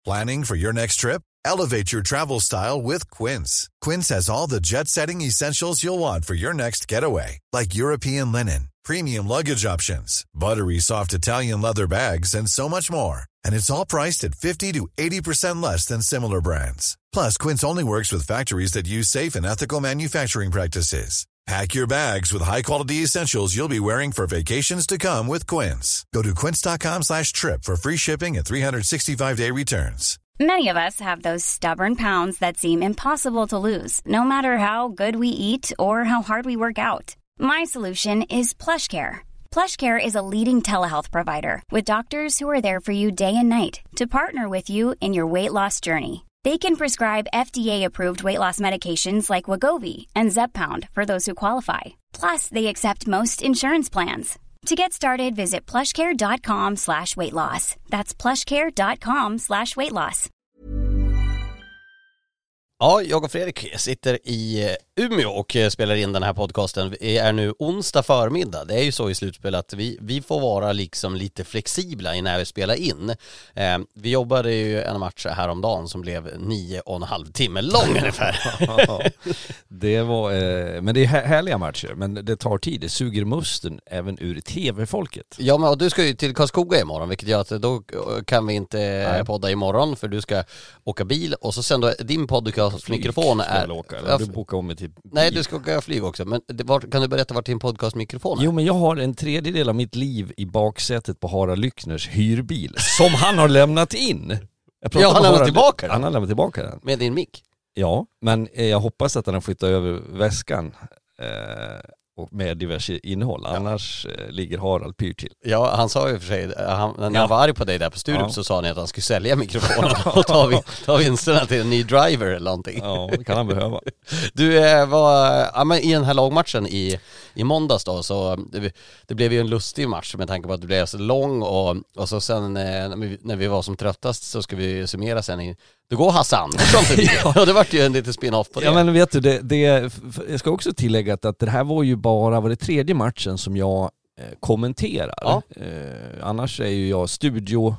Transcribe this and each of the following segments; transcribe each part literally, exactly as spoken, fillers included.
Planning for your next trip? Elevate your travel style with Quince. Quince has all the jet-setting essentials you'll want for your next getaway, like European linen, premium luggage options, buttery soft Italian leather bags, and so much more. And it's all priced at fifty to eighty percent less than similar brands. Plus, Quince only works with factories that use safe and ethical manufacturing practices. Pack your bags with high-quality essentials you'll be wearing for vacations to come with Quince. Go to quince.com slash trip for free shipping and three sixty-five day returns. Many of us have those stubborn pounds that seem impossible to lose, no matter how good we eat or how hard we work out. My solution is PlushCare. PlushCare is a leading telehealth provider with doctors who are there for you day and night to partner with you in your weight loss journey. They can prescribe F D A-approved weight loss medications like Wegovy and Zepbound for those who qualify. Plus, they accept most insurance plans. To get started, visit plushcare.com slash weight loss. That's plushcare.com slash weight loss. Ja, jag och Fredrik sitter i Umeå och spelar in den här podcasten. Det är nu onsdag förmiddag. Det är ju så i slutspel att vi, vi får vara liksom lite flexibla när vi spelar in. Eh, vi jobbade ju en match häromdagen som blev nio och en halv timme lång ungefär. Det var, eh, men det är härliga matcher, men det tar tid. Det suger musten även ur tv-folket. Ja, men och du ska ju till Karlskoga imorgon, vilket gör att då kan vi inte Nej. podda imorgon för du ska åka bil och så sen då din podcastmikrofon är... Åka, eller du bokar om mig till bil. Nej, du ska åka flyg också, men det var, kan du berätta vart din podcastmikrofon är? Jo, men jag har en tredjedel av mitt liv i baksätet på Harald Lyckners hyrbil som han har lämnat in. Ja, han har lämnat tillbaka den. Han har lämnat tillbaka den. Med din mick? Ja, men jag hoppas att han har flyttat över väskan eh, och med diverse innehåll. Annars ja. eh, ligger Harald pyr till. Ja, han sa ju för sig, han, när ja. jag var arg på dig där på Sturup ja. så sa han att han skulle sälja mikrofonen och ta, vi, ta vinsterna till en ny driver eller någonting. Ja, det kan han behöva. Du eh, var, ja, men i den här lagmatchen i, i måndags då, så det, det blev ju en lustig match med tanke på att det blev så lång och, och så sen eh, när, vi, när vi var som tröttast så ska vi summera sen i då går Hassan förbi. Ja, det var ju en liten spin-off på det. Ja, men vet du, det, det, jag ska också tillägga att det här var ju bara var det tredje matchen som jag eh, kommenterar. Ja. Eh, annars är ju jag studioexpert,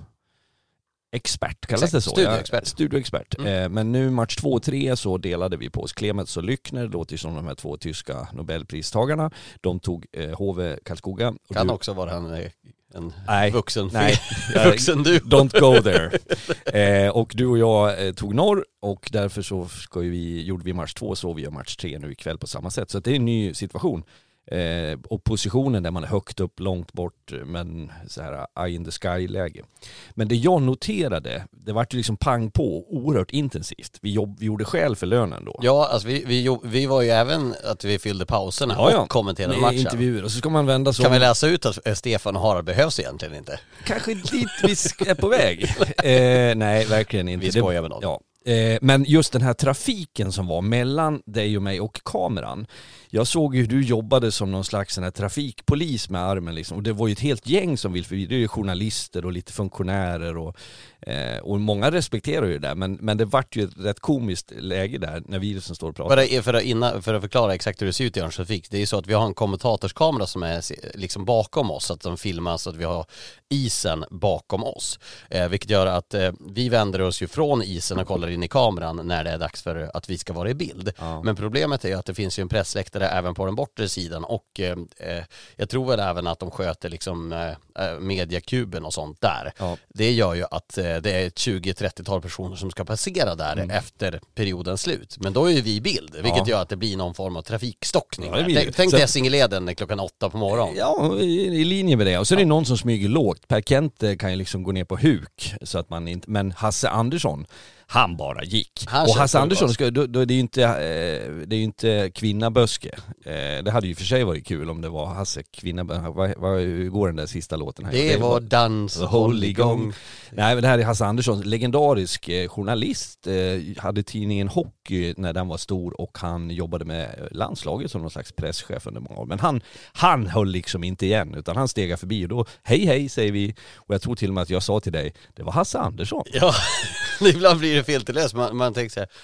kallas Exakt. det så? Studioexpert. Ja, studioexpert. Mm. Eh, men nu match två och tre så delade vi på oss. Clemens och Lyckner, det låter som de här två tyska Nobelpristagarna. De tog eh, H V Karlskoga. Och kan du... också vara en... En nej, vuxen, nej. vuxen du. Don't go there. Eh, och du och jag eh, tog norr och därför så ska vi, gjorde vi match två så vi gör match tre nu ikväll på samma sätt. Så det är en ny situation. Eh, och positionen där man är högt upp, långt bort, men så här eye in the sky-läge. Men det jag noterade, det var ju liksom pang på oerhört intensivt. Vi, jobb, vi gjorde skäl för lönen då. Ja, alltså vi, vi, vi var ju även att vi fyllde pauserna ja, ja. och kommenterade matchen. Intervjuer. Och så ska man vända så. Kan vi läsa ut att Stefan och Harald behövs egentligen inte? Kanske dit vi är på väg. eh, nej, verkligen inte. Vi skojar med någon. Ja. Men just den här trafiken som var mellan dig och mig och kameran. Jag såg ju hur du jobbade som någon slags sån här trafikpolis med armen liksom. Och det var ju ett helt gäng som vill förbi. Det är ju journalister och lite funktionärer och, eh, och många respekterar ju det. Men, men det vart ju ett rätt komiskt läge där när vi som står och pratar. För att, för att, innan, för att förklara exakt hur det ser ut i Örnsköldsvik. Det är ju så att vi har en kommentatorskamera som är liksom bakom oss. Så att de filmar så att vi har isen bakom oss. Eh, vilket gör att eh, vi vänder oss ju från isen och kollar in i kameran när det är dags för att vi ska vara i bild. Ja. Men problemet är att det finns ju en pressläktare även på den bortre sidan och eh, jag tror väl även att de sköter liksom eh, mediakuben och sånt där. Ja. Det gör ju att eh, det är tjugo till trettio personer som ska passera där mm. efter periodens slut. Men då är ju vi i bild, vilket ja. gör att det blir någon form av trafikstockning. Ja, tänk tänk dig Essingeleden klockan åtta på morgonen. Ja, i, i linje med det. Och så är det ja. någon som smyger lågt. Per Kent kan ju liksom gå ner på huk så att man inte, men Hasse Andersson han bara gick. Han och Hasse Andersson, ska, då, då, det är ju inte, eh, det är ju inte kvinnaböske. Eh, det hade ju för sig varit kul om det var Hasse kvinnaböske. Vad, vad, hur går den där sista låten här? Det, det var dans, håll igång. Nej, men det här är Hasse Andersson, legendarisk eh, journalist. Eh, hade tidningen Hockey när den var stor och han jobbade med landslaget som någon slags presschef under många år. Men han, han höll liksom inte igen utan han stegade förbi och då, hej hej säger vi. Och jag tror till och med att jag sa till dig, det var Hasse Andersson. Ja, ibland blir det fel till läs. Man, man tänker så här,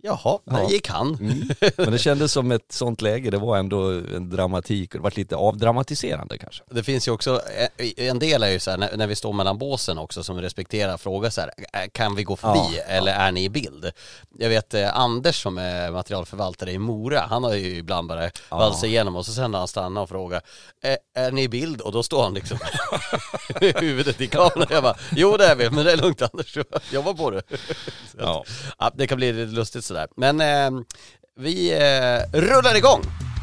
Jaha, där Ja. gick han. Mm. Men det kändes som ett sånt läge, det var ändå en dramatik och det var lite avdramatiserande kanske. Det finns ju också, en del är ju så här, när, när vi står mellan båsen också som respekterar frågar så här, kan vi gå förbi Ja, eller ja. är ni i bild? Jag vet eh, Anders som är materialförvaltare i Mora, han har ju ibland bara Ja. valsat igenom och så sen när han stannar och frågar, är, är ni i bild? Och då står han liksom med huvudet i kameran. Jag bara, jo det är vi, men det är lugnt Anders, jobba på det. Ja. Ja, det kan bli lite lustigt sådär. Men eh, vi eh, rullar igång.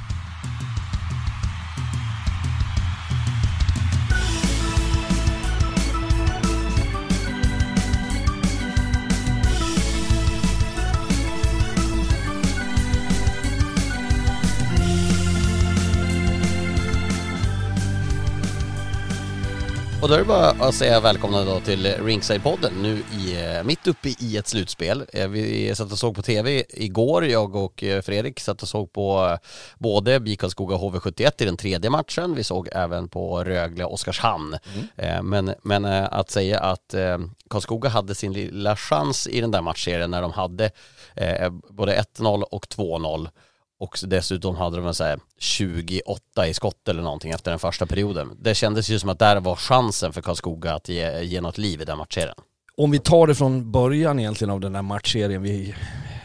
Och då är det bara att säga välkomna då till Ringside-podden nu i, mitt uppe i ett slutspel. Vi satt och såg på tv igår, jag och Fredrik satt och såg på både B I Karlskoga H V sjuttioett i den tredje matchen. Vi såg även på Rögle Oskarshamn. Mm. Men, men att säga att Karlskoga hade sin lilla chans i den där matchserien när de hade både ett noll och två noll. Och dessutom hade de så här tjugoåtta i skott eller någonting efter den första perioden. Det kändes ju som att där var chansen för Karlskoga att ge, ge något liv i den matchserien. Om vi tar det från början egentligen av den här matchserien, vi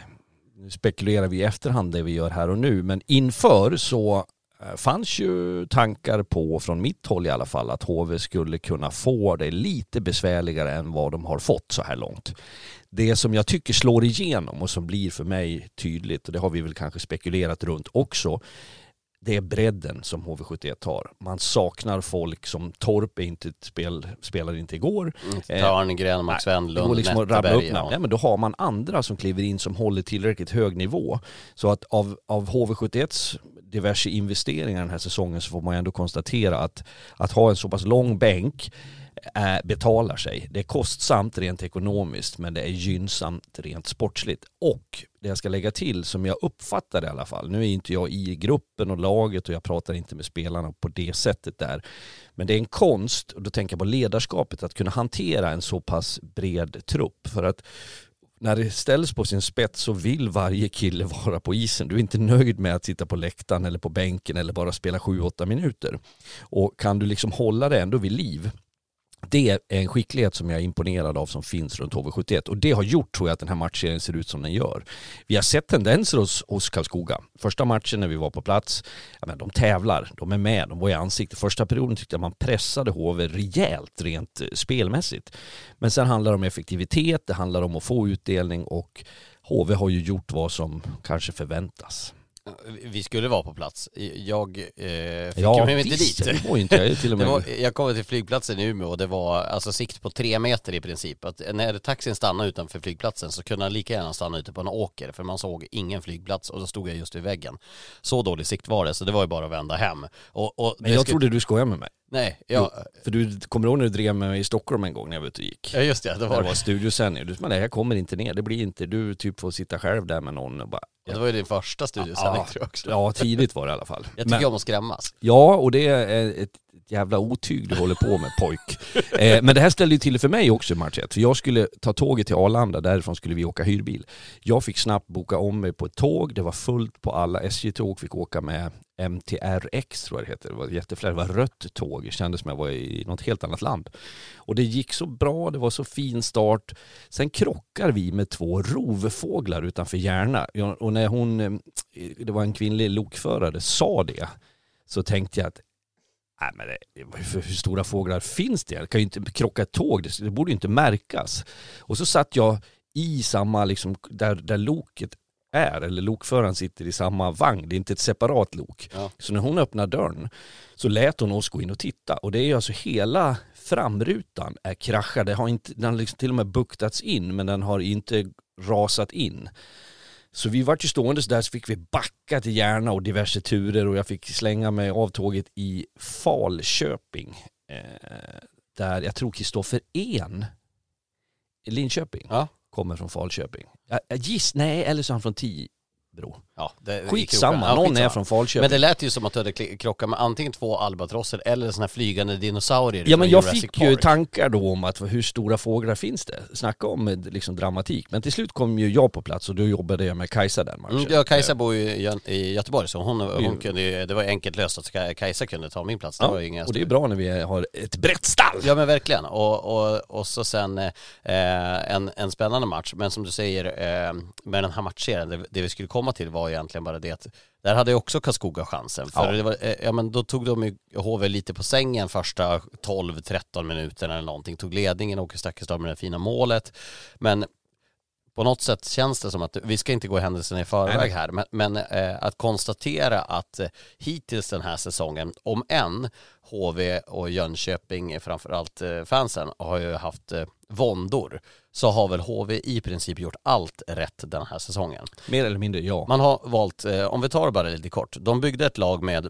nu spekulerar vi i efterhand det vi gör här och nu, men inför så fanns ju tankar på, från mitt håll i alla fall, att H V skulle kunna få det lite besvärligare än vad de har fått så här långt. Det som jag tycker slår igenom och som blir för mig tydligt, och det har vi väl kanske spekulerat runt också, det är bredden som H V sjuttioett har. Man saknar folk som Torp är inte spel, spelade inte igår. Mm, Törngren, Max Wendlund, liksom Netteberg. Ja. Ja, men då har man andra som kliver in som håller tillräckligt hög nivå. Så att av, av H V sjuttioetts diverse investeringar den här säsongen så får man ändå konstatera att, att ha en så pass lång bänk äh, betalar sig. Det är kostsamt rent ekonomiskt, men det är gynnsamt rent sportsligt. Och det jag ska lägga till, som jag uppfattar det i alla fall, nu är inte jag i gruppen och laget och jag pratar inte med spelarna på det sättet där, men det är en konst, och då tänker jag på ledarskapet, att kunna hantera en så pass bred trupp. För att när det ställs på sin spets så vill varje kille vara på isen. Du är inte nöjd med att sitta på läktaren eller på bänken eller bara spela sju åtta minuter. Och kan du liksom hålla det ändå vid liv, det är en skicklighet som jag är imponerad av som finns runt H V sjuttioett. Och det har gjort, tror jag, att den här matchserien ser ut som den gör. Vi har sett tendenser hos, hos Karlskoga. Första matchen när vi var på plats, ja, men de tävlar, de är med, de var i ansiktet. Första perioden tyckte jag man pressade H V rejält rent spelmässigt. Men sen handlar det om effektivitet, det handlar om att få utdelning, och H V har ju gjort vad som kanske förväntas. Vi skulle vara på plats. Jag eh, fick ja, mig inte dit. Det var inte jag, till och med. Det var, jag kom till flygplatsen i Umeå och det var alltså sikt på tre meter i princip. Att när taxin stannade utanför flygplatsen så kunde han lika gärna stanna ute på en åker, för man såg ingen flygplats och då stod jag just vid väggen. Så dålig sikt var det, så det var ju bara att vända hem. Och, och Men jag skulle... trodde du skojade med mig. Nej, jag... Jo, för du kommer ihåg när du drev med mig i Stockholm en gång när jag var ute och gick. Ja just det, det var det. var studiosändning. Du sa, nej jag kommer inte ner, det blir inte, du typ får sitta själv där med någon och bara... Ja, det var ju din första studiosändning, ja, tror jag också. Ja, tidigt var det i alla fall. Jag tycker Men... om att skrämmas. Ja, och det är ett jävla otyg du håller på med, pojk. eh, men det här ställde ju till för mig också i match ett. För jag skulle ta tåget till Arlanda, därifrån skulle vi åka hyrbil. Jag fick snabbt boka om mig på ett tåg, det var fullt på alla S J-tåg, fick åka med M T R X tror jag det heter. Det var jätteflera, det var rött tåg, det kändes som jag var i något helt annat land. Och det gick så bra, det var så fin start. Sen krockar vi med två rovfåglar utanför Järna. Och när hon, det var en kvinnlig lokförare, sa det, så tänkte jag att nej, men det, för hur stora fåglar finns det? Det kan ju inte krocka ett tåg, det, det borde ju inte märkas. Och så satt jag i samma, liksom, där, där loket är, eller lokföraren sitter i samma vagn, det är inte ett separat lok. Ja. Så när hon öppnar dörren så lät hon oss gå in och titta. Och det är ju alltså hela framrutan är kraschad. Det har inte, den har liksom till och med buktats in, men den har inte rasat in. Så vi var ju stående där, så fick vi backa till Järna och diverse turer, och jag fick slänga mig av tåget i Falköping. Eh, där jag tror Kristoffer En i Linköping ja. kommer från Falköping. Jag, jag giss, nej, eller så är han från Tibro. Ja, det, skitsamma, ja, någon skitsamma. Är från Falköping. Men det lät ju som att du hade krockat med antingen två albatrosser eller såna här flygande dinosaurier. Ja, men jag Jurassic fick Park. Ju tankar då om att hur stora fåglar finns det. Snacka om liksom dramatik. Men till slut kom ju jag på plats och då jobbade jag med Kajsa den matchen. Mm, ja, Kajsa bor ju i, i Göteborg så hon, hon kunde, det var enkelt löst att Kajsa kunde ta min plats. Det ja, var inga och det är bra när vi har ett brett stall. Ja, men verkligen. Och, och, och så sen eh, en, en spännande match. Men som du säger, eh, med den här matchen, det, det vi skulle komma till var egentligen bara det att där hade ju också Karlskoga chansen. För ja. Det var, ja, men då tog de ju H V lite på sängen första tolv tretton minuterna eller någonting. Tog ledningen, Åke Stakkestad med det fina målet. Men på något sätt känns det som att vi ska inte gå händelsen i förväg här. Men, men eh, att konstatera att eh, hittills den här säsongen, om än H V och Jönköping, framförallt eh, fansen, har ju haft eh, våndor, så har väl H V i princip gjort allt rätt den här säsongen. Mer eller mindre, ja. Man har valt, eh, om vi tar det bara lite kort, de byggde ett lag med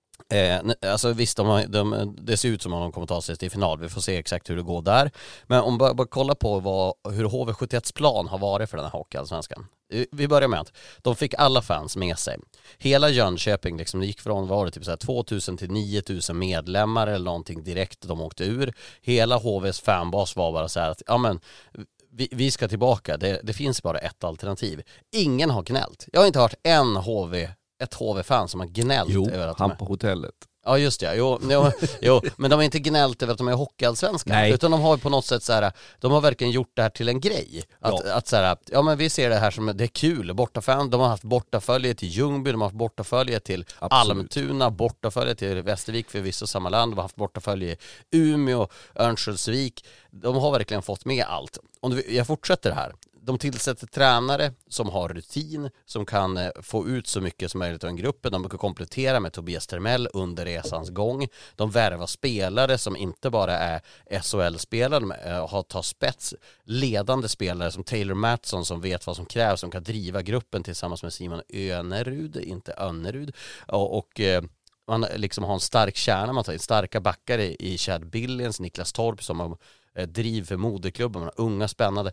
Eh, alltså visst, de, de, det ser ut som om de kommer ta sig till final. Vi får se exakt hur det går där. Men om bara, bara kolla på vad, hur H V sjuttioett plan har varit för den här hockeyallsvenskan. Vi börjar med att de fick alla fans med sig. Hela Jönköping liksom, det gick från var det typ så här tvåtusen till nio tusen medlemmar eller någonting direkt. De åkte ur. Hela H V:s fanbas var bara så här att ja men vi, vi ska tillbaka. Det, det finns bara ett alternativ. Ingen har gnällt. Jag har inte hört en H V ett H V-fan som har gnällt jo, över att han de är... på hotellet. Ja, just det. Jo, jo, jo, men de har inte gnällt över att de är hockeyallsvenskan. Nej. Utan de har på något sätt så här, de har verkligen gjort det här till en grej. Att, ja. att så här, ja men vi ser det här som, det är kul. Bortafan, de har haft bortafölje till Ljungby, de har haft bortafölje till Absolut. Almtuna, bortafölje till Västervik, förvisso samma land. De har haft bortafölje i Umeå, Örnsköldsvik. De har verkligen fått med allt. Om jag fortsätter här. De tillsätter tränare som har rutin, som kan få ut så mycket som möjligt av en grupp. De kan komplettera med Tobias Termell under resans gång. De värvar spelare som inte bara är S H L-spelare, de har tar spets, ledande spelare som Taylor Mattsson som vet vad som krävs, som kan driva gruppen tillsammans med Simon Önerud, inte Önnerud. Och, och man liksom har en stark kärna, man tar in starka backare i Chad Billings, Niklas Torp som har driv för moderklubben, man har unga spännande.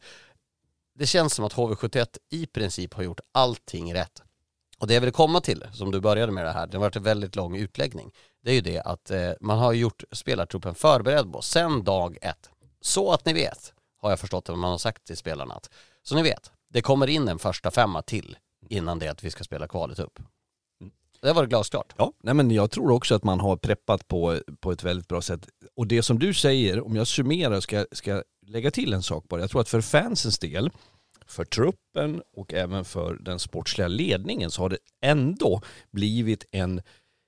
Det känns som att H V sjuttioett i princip har gjort allting rätt. Och det jag vill komma till, som du började med det här, det har varit en väldigt lång utläggning. Det är ju det att eh, man har gjort spelartruppen förberedd på sen dag ett. Så att ni vet, har jag förstått vad man har sagt till spelarna. Att, så ni vet, det kommer in en första femma till innan det att vi ska spela kvalet upp. Det var glasklart. Ja, nej men jag tror också att man har preppat på, på ett väldigt bra sätt. Och det som du säger, om jag summerar ska, ska lägga till en sak bara. Jag tror att för fansens del, för truppen och även för den sportsliga ledningen så har det ändå blivit en...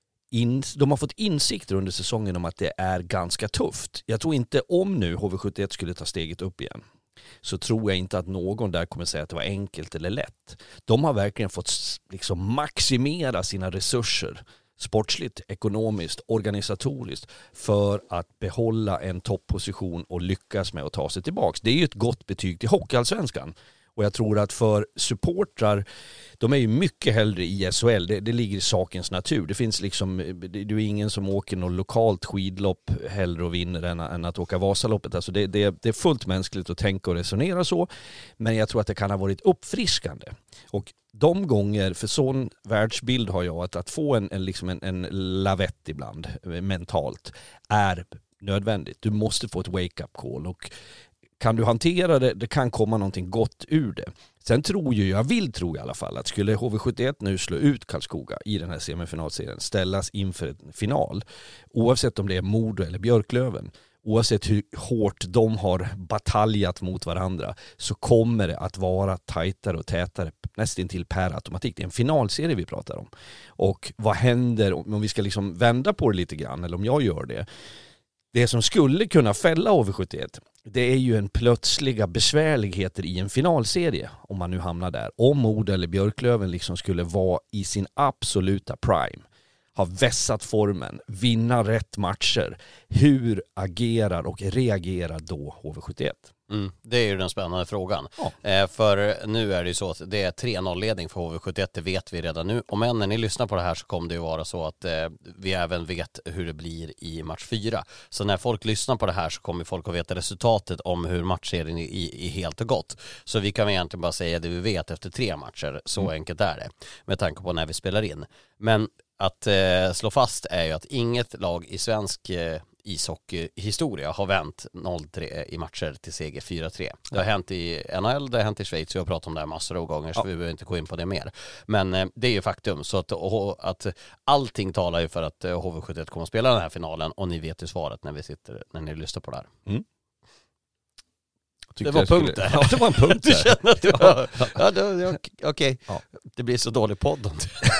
In, de har fått insikter under säsongen om att det är ganska tufft. Jag tror inte om nu H V sjuttioett skulle ta steget upp igen, så tror jag inte att någon där kommer säga att det var enkelt eller lätt. De har verkligen fått liksom maximera sina resurser sportsligt, ekonomiskt, organisatoriskt för att behålla en topposition och lyckas med att ta sig tillbaka. Det är ju ett gott betyg till hockeyallsvenskan. Och jag tror att för supportrar, de är ju mycket hellre i S H L. Det, det ligger i sakens natur. Det finns liksom, det är ingen som åker något lokalt skidlopp hellre och vinner än, än att åka Vasaloppet. Alltså det, det, det är fullt mänskligt att tänka och resonera så. Men jag tror att det kan ha varit uppfriskande. Och de gånger, för sån världsbild har jag, att, att få en, en, liksom en, en lavett ibland mentalt är nödvändigt. Du måste få ett wake-up call och kan du hantera det, det kan komma någonting gott ur det. Sen tror ju, jag vill tro i alla fall, att skulle H V sjuttioett nu slå ut Karlskoga i den här semifinalserien, ställas inför en final, oavsett om det är Modo eller Björklöven, oavsett hur hårt de har bataljat mot varandra, så kommer det att vara tajtare och tätare nästan till per automatik. Det är en finalserie vi pratar om. Och vad händer om vi ska liksom vända på det lite grann, eller om jag gör det? Det som skulle kunna fälla H V sjuttioett, det är ju en plötsliga besvärligheter i en finalserie, om man nu hamnar där. Om Modo eller Björklöven liksom skulle vara i sin absoluta prime, ha vässat formen, vinna rätt matcher. Hur agerar och reagerar då H V sjuttioett? Mm, det är ju den spännande frågan. Ja. Eh, för nu är det ju så att det är tre noll-ledning för H V sjuttioett, det vet vi redan nu. Och men när ni lyssnar på det här så kommer det ju vara så att eh, vi även vet hur det blir i match fyra. Så när folk lyssnar på det här så kommer folk att veta resultatet om hur matchserien i, i helt och gott. Så vi kan egentligen bara säga det vi vet efter tre matcher. Så mm. enkelt är det. Med tanke på när vi spelar in. Men att eh, slå fast är ju att inget lag i svensk eh, ishockeyhistoria har vänt noll tre i matcher till seger fyra tre. Det har hänt i N H L, det har hänt i Schweiz, jag har pratat om det här massor av gånger så ja. vi behöver inte gå in på det mer. Men eh, det är ju faktum, så att, och, att allting talar ju för att eh, H V sjuttioett kommer att spela den här finalen, och ni vet ju svaret när vi sitter, när ni lyssnar på det här. Mm. Det var punkt där. Ja, det var en punkt där. Du känner att det var... Ja, ja, okej. Okay. Ja. Det blir så dålig podd.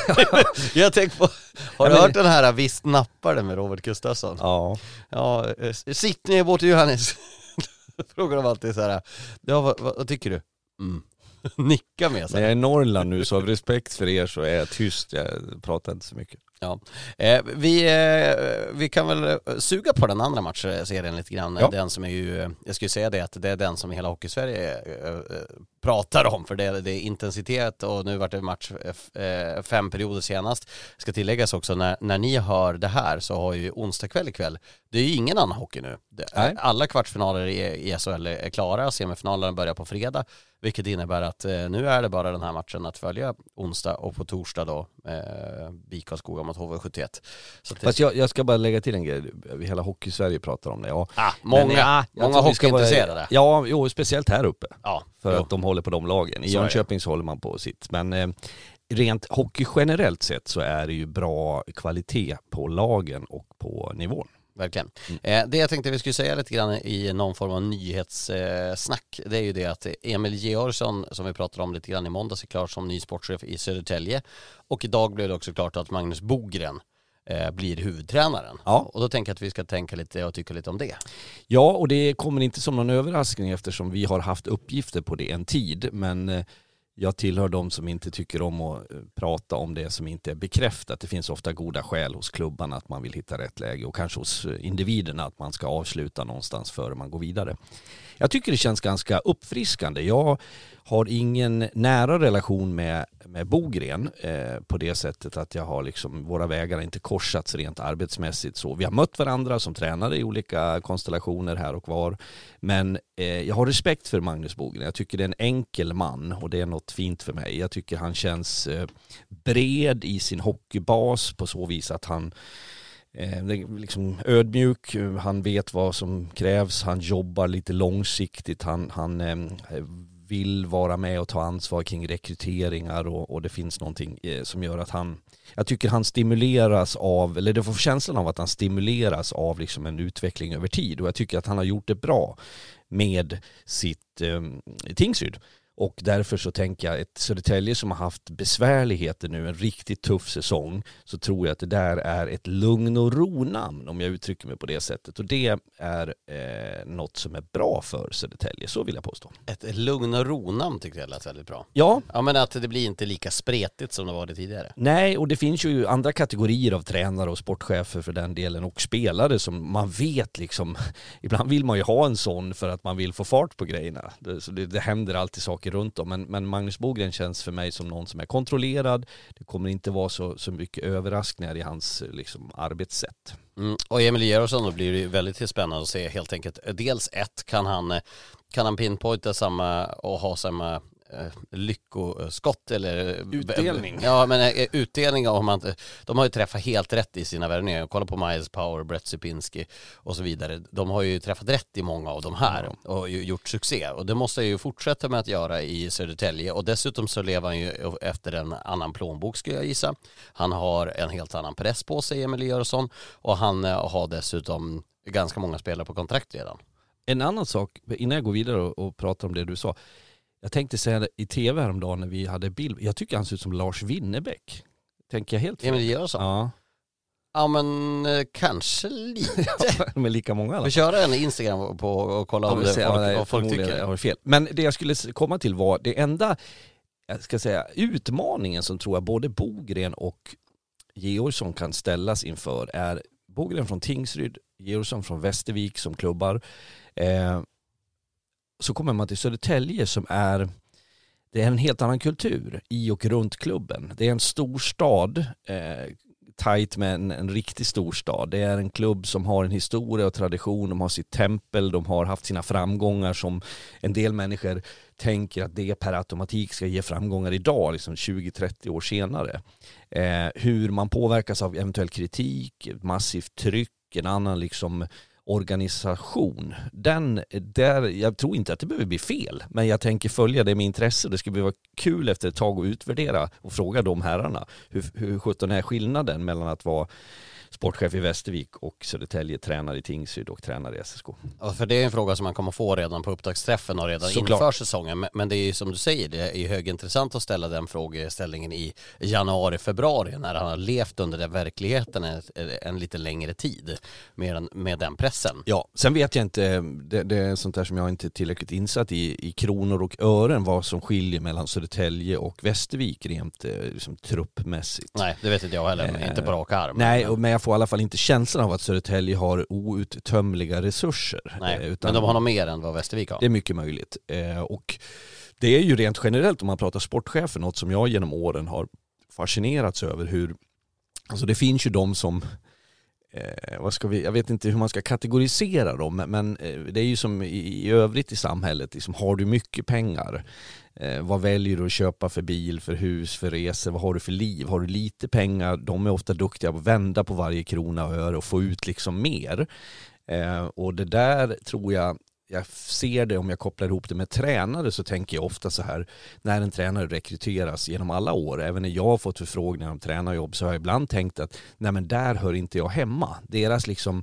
Jag tänker på... Har du ja, hört men... den här Visst nappar det med Robert Gustafsson? Ja. Ja, sitt ner bort till Johannes. Frågar de alltid så här. Ja, vad, vad, vad tycker du? Mm. Nicka med. Så när jag är i Norrland nu, så av respekt för er så är jag tyst. Jag pratar inte så mycket. Ja, eh, vi, eh, vi kan väl suga på den andra matchserien lite grann. Ja. Den som är ju, jag skulle säga det att det är den som hela Hockeysverige eh, pratar om, för det, det är intensitet, och nu vart det match eh, fem perioder senast. Ska tilläggas också, när, när ni hör det här så har ju onsdag kväll ikväll, det är ju ingen annan hockey nu. Det, alla kvartsfinaler i, i S H L är klara, semifinalerna börjar på fredag, vilket innebär att eh, nu är det bara den här matchen att följa onsdag, och på torsdag då eh, B I K Skoga mot H V sjuttioett. Så det... Fast jag, jag ska bara lägga till en grej, hela Hockey-Sverige pratar om det. Ja. Ah, många Men, ja, många hockeyintresserade. Ja, jo, speciellt här uppe. Ja, för jo. att de håller på de lagen. I Jönköping så håller man på sitt. Men eh, rent hockey generellt sett så är det ju bra kvalitet på lagen och på nivån. Verkligen. Mm. Eh, det jag tänkte vi skulle säga lite grann i någon form av nyhetssnack, eh, det är ju det att Emil Georgsson, som vi pratade om lite grann i måndags, är klar som ny sportchef i Södertälje. Och idag blev det också klart att Magnus Bogren eh, blir huvudtränaren. Ja. Och då tänker jag att vi ska tänka lite och tycka lite om det. Ja, och det kommer inte som någon överraskning eftersom vi har haft uppgifter på det en tid. Men eh, jag tillhör de som inte tycker om att prata om det som inte är bekräftat. Det finns ofta goda skäl hos klubbarna att man vill hitta rätt läge, och kanske hos individerna att man ska avsluta någonstans före man går vidare. Jag tycker det känns ganska uppfriskande. Jag har ingen nära relation med, med Bogren eh, på det sättet att jag har liksom, våra vägar inte korsats rent arbetsmässigt. Så vi har mött varandra som tränare i olika konstellationer här och var. Men eh, jag har respekt för Magnus Bogren. Jag tycker det är en enkel man, och det är något fint för mig. Jag tycker han känns eh, bred i sin hockeybas på så vis att han Eh, liksom ödmjuk, han vet vad som krävs, han jobbar lite långsiktigt, han, han eh, vill vara med och ta ansvar kring rekryteringar, och, och det finns någonting eh, som gör att han, jag tycker han stimuleras av, eller det får känslan av att han stimuleras av liksom en utveckling över tid, och jag tycker att han har gjort det bra med sitt eh, Tingsryd. Och därför så tänker jag, ett Södertälje som har haft besvärligheter nu, en riktigt tuff säsong, så tror jag att det där är ett lugn och ro-namn, om jag uttrycker mig på det sättet. Och det är eh, något som är bra för Södertälje, så vill jag påstå. Ett lugn och ro-namn tycker jag lät väldigt bra. Ja. Ja, men att det blir inte lika spretigt som det var det tidigare. Nej, och det finns ju andra kategorier av tränare och sportchefer för den delen, och spelare som man vet liksom, ibland vill man ju ha en sån för att man vill få fart på grejerna. Det, så det, det händer alltid saker runt om, men, men Magnus Bogren känns för mig som någon som är kontrollerad. Det kommer inte vara så, så mycket överraskningar i hans liksom, arbetssätt. Mm. Och Emil Georgsson, då blir det ju väldigt spännande att se helt enkelt. Dels ett, kan han, kan han pinpointa samma och ha samma lyckoskott eller utdelning. Ja, men utdelning om man, de har ju träffat helt rätt i sina värvningar. Kolla på Miles Power, Brett Sipinski och så vidare. De har ju träffat rätt i många av de här och gjort succé, och det måste jag ju fortsätta med att göra i Södertälje. Och dessutom så lever han ju efter en annan plånbok, skulle jag gissa. Han har en helt annan press på sig, Emil Georgsson, och han har dessutom ganska många spelare på kontrakt redan. En annan sak, innan jag går vidare och, och pratar om det du sa. Jag tänkte säga det i tv häromdagen när vi hade bild. Jag tycker han ser ut som Lars Winnerbäck. Tänker jag helt fel? Emil Georgsson? Ja. Ja, men eh, kanske lite. Men lika många alla. Vi kör en Instagram på och kolla ja, om det folk, vad folk, folk tycker. Jag har fel. Men det jag skulle komma till var det enda, jag ska säga, utmaningen som tror jag både Bogren och Georgsson kan ställas inför är Bogren från Tingsryd, Georgsson från Västervik som klubbar. Eh, så kommer man till Södertälje som är, det är en helt annan kultur i och runt klubben. Det är en stor stad, eh, tajt med en, en riktig storstad. Det är en klubb som har en historia och tradition, de har sitt tempel, de har haft sina framgångar som en del människor tänker att det per automatik ska ge framgångar idag, liksom tjugo trettio år senare. Eh, hur man påverkas av eventuell kritik, massivt tryck, en annan liksom organisation. Den där, jag tror inte att det behöver bli fel, men jag tänker följa det med intresse. Det ska bli vara kul efter ett tag att utvärdera och fråga de herrarna hur, hur sjutton är skillnaden mellan att vara sportchef i Västervik och Södertälje, tränare i Tingsryd och tränare i S S K. Ja, för det är en fråga som man kommer få redan på upptaktsträffen och redan Såklart. inför säsongen. Men det är ju som du säger, det är högintressant att ställa den frågeställningen i januari, februari när han har levt under den verkligheten en, en lite längre tid med den, med den pressen. Ja, sen vet jag inte, det, det är sånt där som jag inte är tillräckligt insatt i, i kronor och ören, vad som skiljer mellan Södertälje och Västervik rent liksom, truppmässigt. Nej, det vet inte jag heller, men eh, inte på rak arm. Nej, och, men jag får i alla fall inte känslan av att Södertälje har outtömliga resurser. Nej, utan men de har nog mer än vad Västervik har. Det är mycket möjligt. Eh, och det är ju rent generellt om man pratar sportchefer, något som jag genom åren har fascinerats över hur, alltså det finns ju de som Eh, vad ska vi, jag vet inte hur man ska kategorisera dem, men eh, det är ju som i, i övrigt i samhället, liksom, har du mycket pengar, eh, vad väljer du att köpa för bil, för hus, för resor, vad har du för liv? Har du lite pengar, de är ofta duktiga på att vända på varje krona och öre och få ut liksom mer. Eh, och det där tror jag, jag ser det om jag kopplar ihop det med tränare, så tänker jag ofta så här, när en tränare rekryteras genom alla år, även när jag har fått förfrågningar om tränarjobb, så har jag ibland tänkt att nej, men där hör inte jag hemma. Deras liksom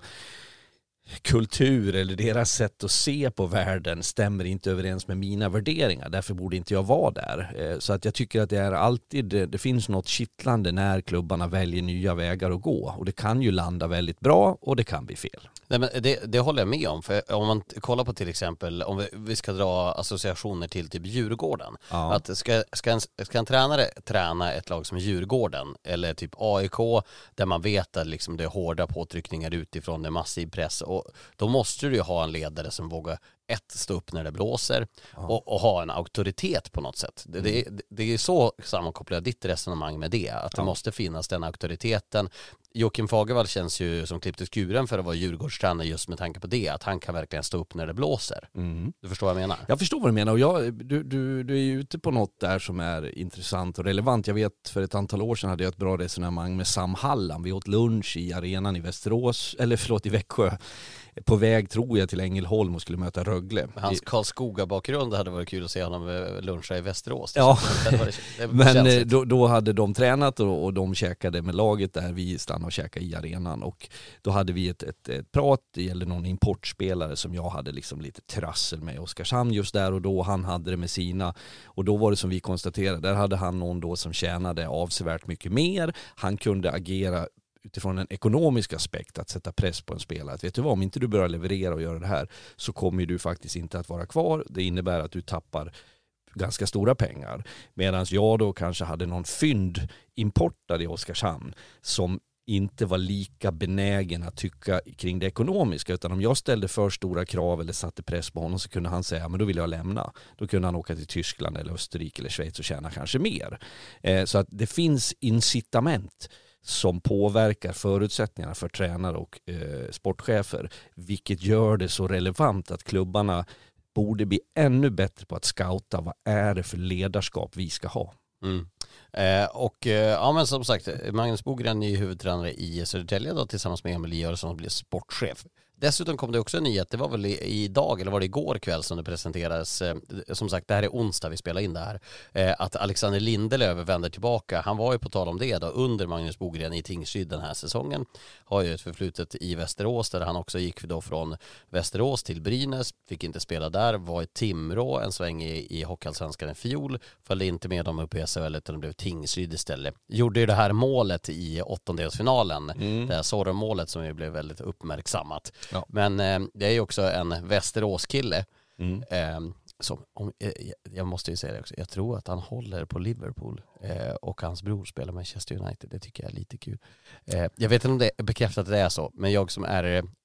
kultur eller deras sätt att se på världen stämmer inte överens med mina värderingar, därför borde inte jag vara där. Så att jag tycker att det är alltid, det finns något kittlande när klubbarna väljer nya vägar att gå, och det kan ju landa väldigt bra och det kan bli fel. Nej, men det, det håller jag med om, för om man kollar på till exempel, om vi, vi ska dra associationer till typ Djurgården, Ja. att ska, ska, en, ska en tränare träna ett lag som Djurgården eller typ A I K, där man vet att liksom det är hårda påtryckningar utifrån, det är massiv press, och då måste du ju ha en ledare som vågar ett, stå upp när det blåser, ja. och, och ha en auktoritet på något sätt. Det, det, det är så sammankopplar ditt resonemang med det, att det ja. måste finnas den auktoriteten. Joakim Fagervall känns ju som klippt i skuren för att vara Djurgårdstränare just med tanke på det, att han kan verkligen stå upp när det blåser. Mm. Du förstår vad jag menar? Jag förstår vad du menar, och jag, du, du, du är ju ute på något där som är intressant och relevant. Jag vet, för ett antal år sedan hade jag ett bra resonemang med Sam Hallam. Vi åt lunch i arenan i Västerås, eller förlåt i Växjö, på väg tror jag till Ängelholm och skulle möta Rögle. Hans Karlskoga-bakgrund hade varit kul att se honom luncha i Västerås. Ja, det var, det men då, då hade de tränat och, och de käkade med laget där, vi stannade och käkade i arenan, och då hade vi ett, ett, ett prat, det gällde någon importspelare som jag hade liksom lite trassel med, Oskarshamn just där och då, han hade det med sina, och då var det som vi konstaterade, där hade han någon då som tjänade avsevärt mycket mer, han kunde agera utifrån en ekonomisk aspekt, att sätta press på en spelare. Att vet du vad, om inte du börjar leverera och göra det här, så kommer du faktiskt inte att vara kvar. Det innebär att du tappar ganska stora pengar. Medan jag då kanske hade någon fynd importad i Oskarshamn som inte var lika benägen att tycka kring det ekonomiska, utan om jag ställde för stora krav eller satte press på honom, så kunde han säga, men då vill jag lämna. Då kunde han åka till Tyskland eller Österrike eller Schweiz och tjäna kanske mer. Eh, så att det finns incitament som påverkar förutsättningarna för tränare och eh, sportchefer, vilket gör det så relevant att klubbarna borde bli ännu bättre på att scouta vad är det för ledarskap vi ska ha. Mm. Eh, och eh, ja, men som sagt, Magnus Bogren är huvudtränare i Södertälje då, tillsammans med Emil Jörsson som blir sportchef. Dessutom kom det också en nyhet, det var väl idag eller var det igår kväll som det presenterades, eh, som sagt det här är onsdag vi spelar in det här, eh, att Alexander Lindelöf vänder tillbaka. Han var ju på tal om det då under Magnus Bogren i Tingsryd den här säsongen, har ju ett förflutet i Västerås där han också gick då från Västerås till Brynäs, fick inte spela där, var i Timrå en sväng i, i Hockeyallsvenskan i fjol, följde inte med dem upp i S H L utan det blev Tingsryd istället. Gjorde ju det här målet i åttondelsfinalen, mm. det här Sorre-målet som ju blev väldigt uppmärksammat. Ja. Men eh, det är ju också en Västerås-kille mm. eh, som, om, eh, jag måste ju säga det också, jag tror att han håller på Liverpool eh, och hans bror spelar Manchester United, det tycker jag är lite kul. Eh, jag vet inte om det är bekräftat att det är så, men jag som är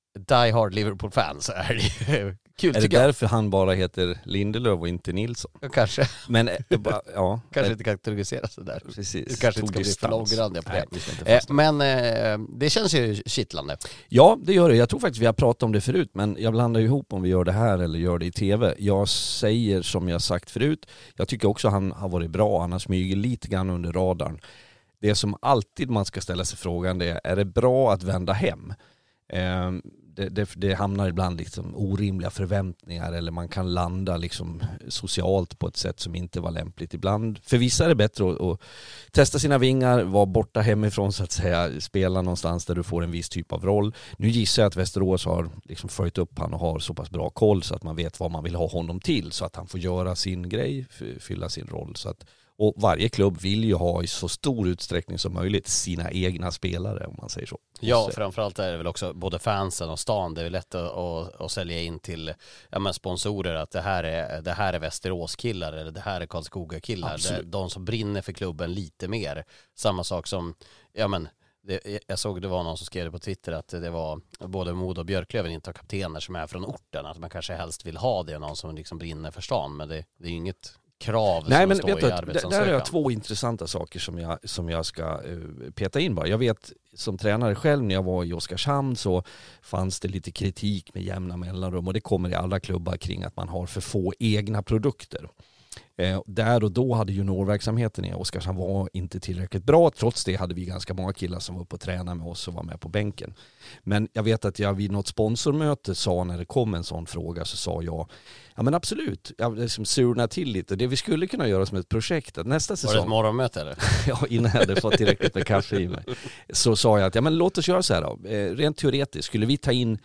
die hard Liverpool-fans så är det ju kul. Är det därför han bara heter Lindelöf och inte Nilsson? Kanske. Men ja, kanske inte kategoriseras så där. Precis. Kanske inte ska bli för långrandiga på det. Eh, men eh, det känns ju kittlande. Ja, det gör det. Jag tror faktiskt vi har pratat om det förut, men jag blandar ihop om vi gör det här eller gör det i tv. Jag säger som jag sagt förut, jag tycker också han har varit bra, han har smugit lite grann under radarn. Det som alltid man ska ställa sig frågan det är, är det bra att vända hem? Eh, Det, det, det hamnar ibland liksom orimliga förväntningar eller man kan landa liksom socialt på ett sätt som inte var lämpligt. Ibland för vissa är det bättre att, att testa sina vingar, vara borta hemifrån så att säga, spela någonstans där du får en viss typ av roll. Nu gissar jag att Västerås har liksom följt upp han och har så pass bra koll så att man vet vad man vill ha honom till så att han får göra sin grej, fylla sin roll. Så att, och varje klubb vill ju ha i så stor utsträckning som möjligt sina egna spelare om man säger så. Ja, framförallt är det väl också både fansen och stan. Det är lätt att, att, att sälja in till ja, men sponsorer att det här är, det här är Västerås-killar eller det här är Karlskoga-killar. Det, de som brinner för klubben lite mer. Samma sak som, ja men det, jag såg det var någon som skrev det på Twitter att det var både Modo och Björklöven inte har kaptener som är från orten. Att man kanske helst vill ha det, någon som liksom brinner för stan. Men det, det är ju inget krav. Nej, som men står vet i du, där, arbetsansökan. där är två intressanta saker som jag, som jag ska uh, peta in bara. Jag vet som tränare själv när jag var i Oskarshamn så fanns det lite kritik med jämna mellanrum och det kommer i alla klubbar kring att man har för få egna produkter. Eh, där och då hade juniorverksamheten i Oskarshamn var inte tillräckligt bra. Trots det hade vi ganska många killar som var uppe och tränade med oss och var med på bänken. Men jag vet att jag vid något sponsormöte sa när det kom en sån fråga så sa jag ja men absolut, jag liksom surna till lite. Det vi skulle kunna göra som ett projekt att nästa säsong... Var det ett morgonmöte eller? Ja, innan jag hade fått tillräckligt med kaffe i mig. Så sa jag att ja men låt oss göra så här då. Eh, rent teoretiskt skulle vi ta in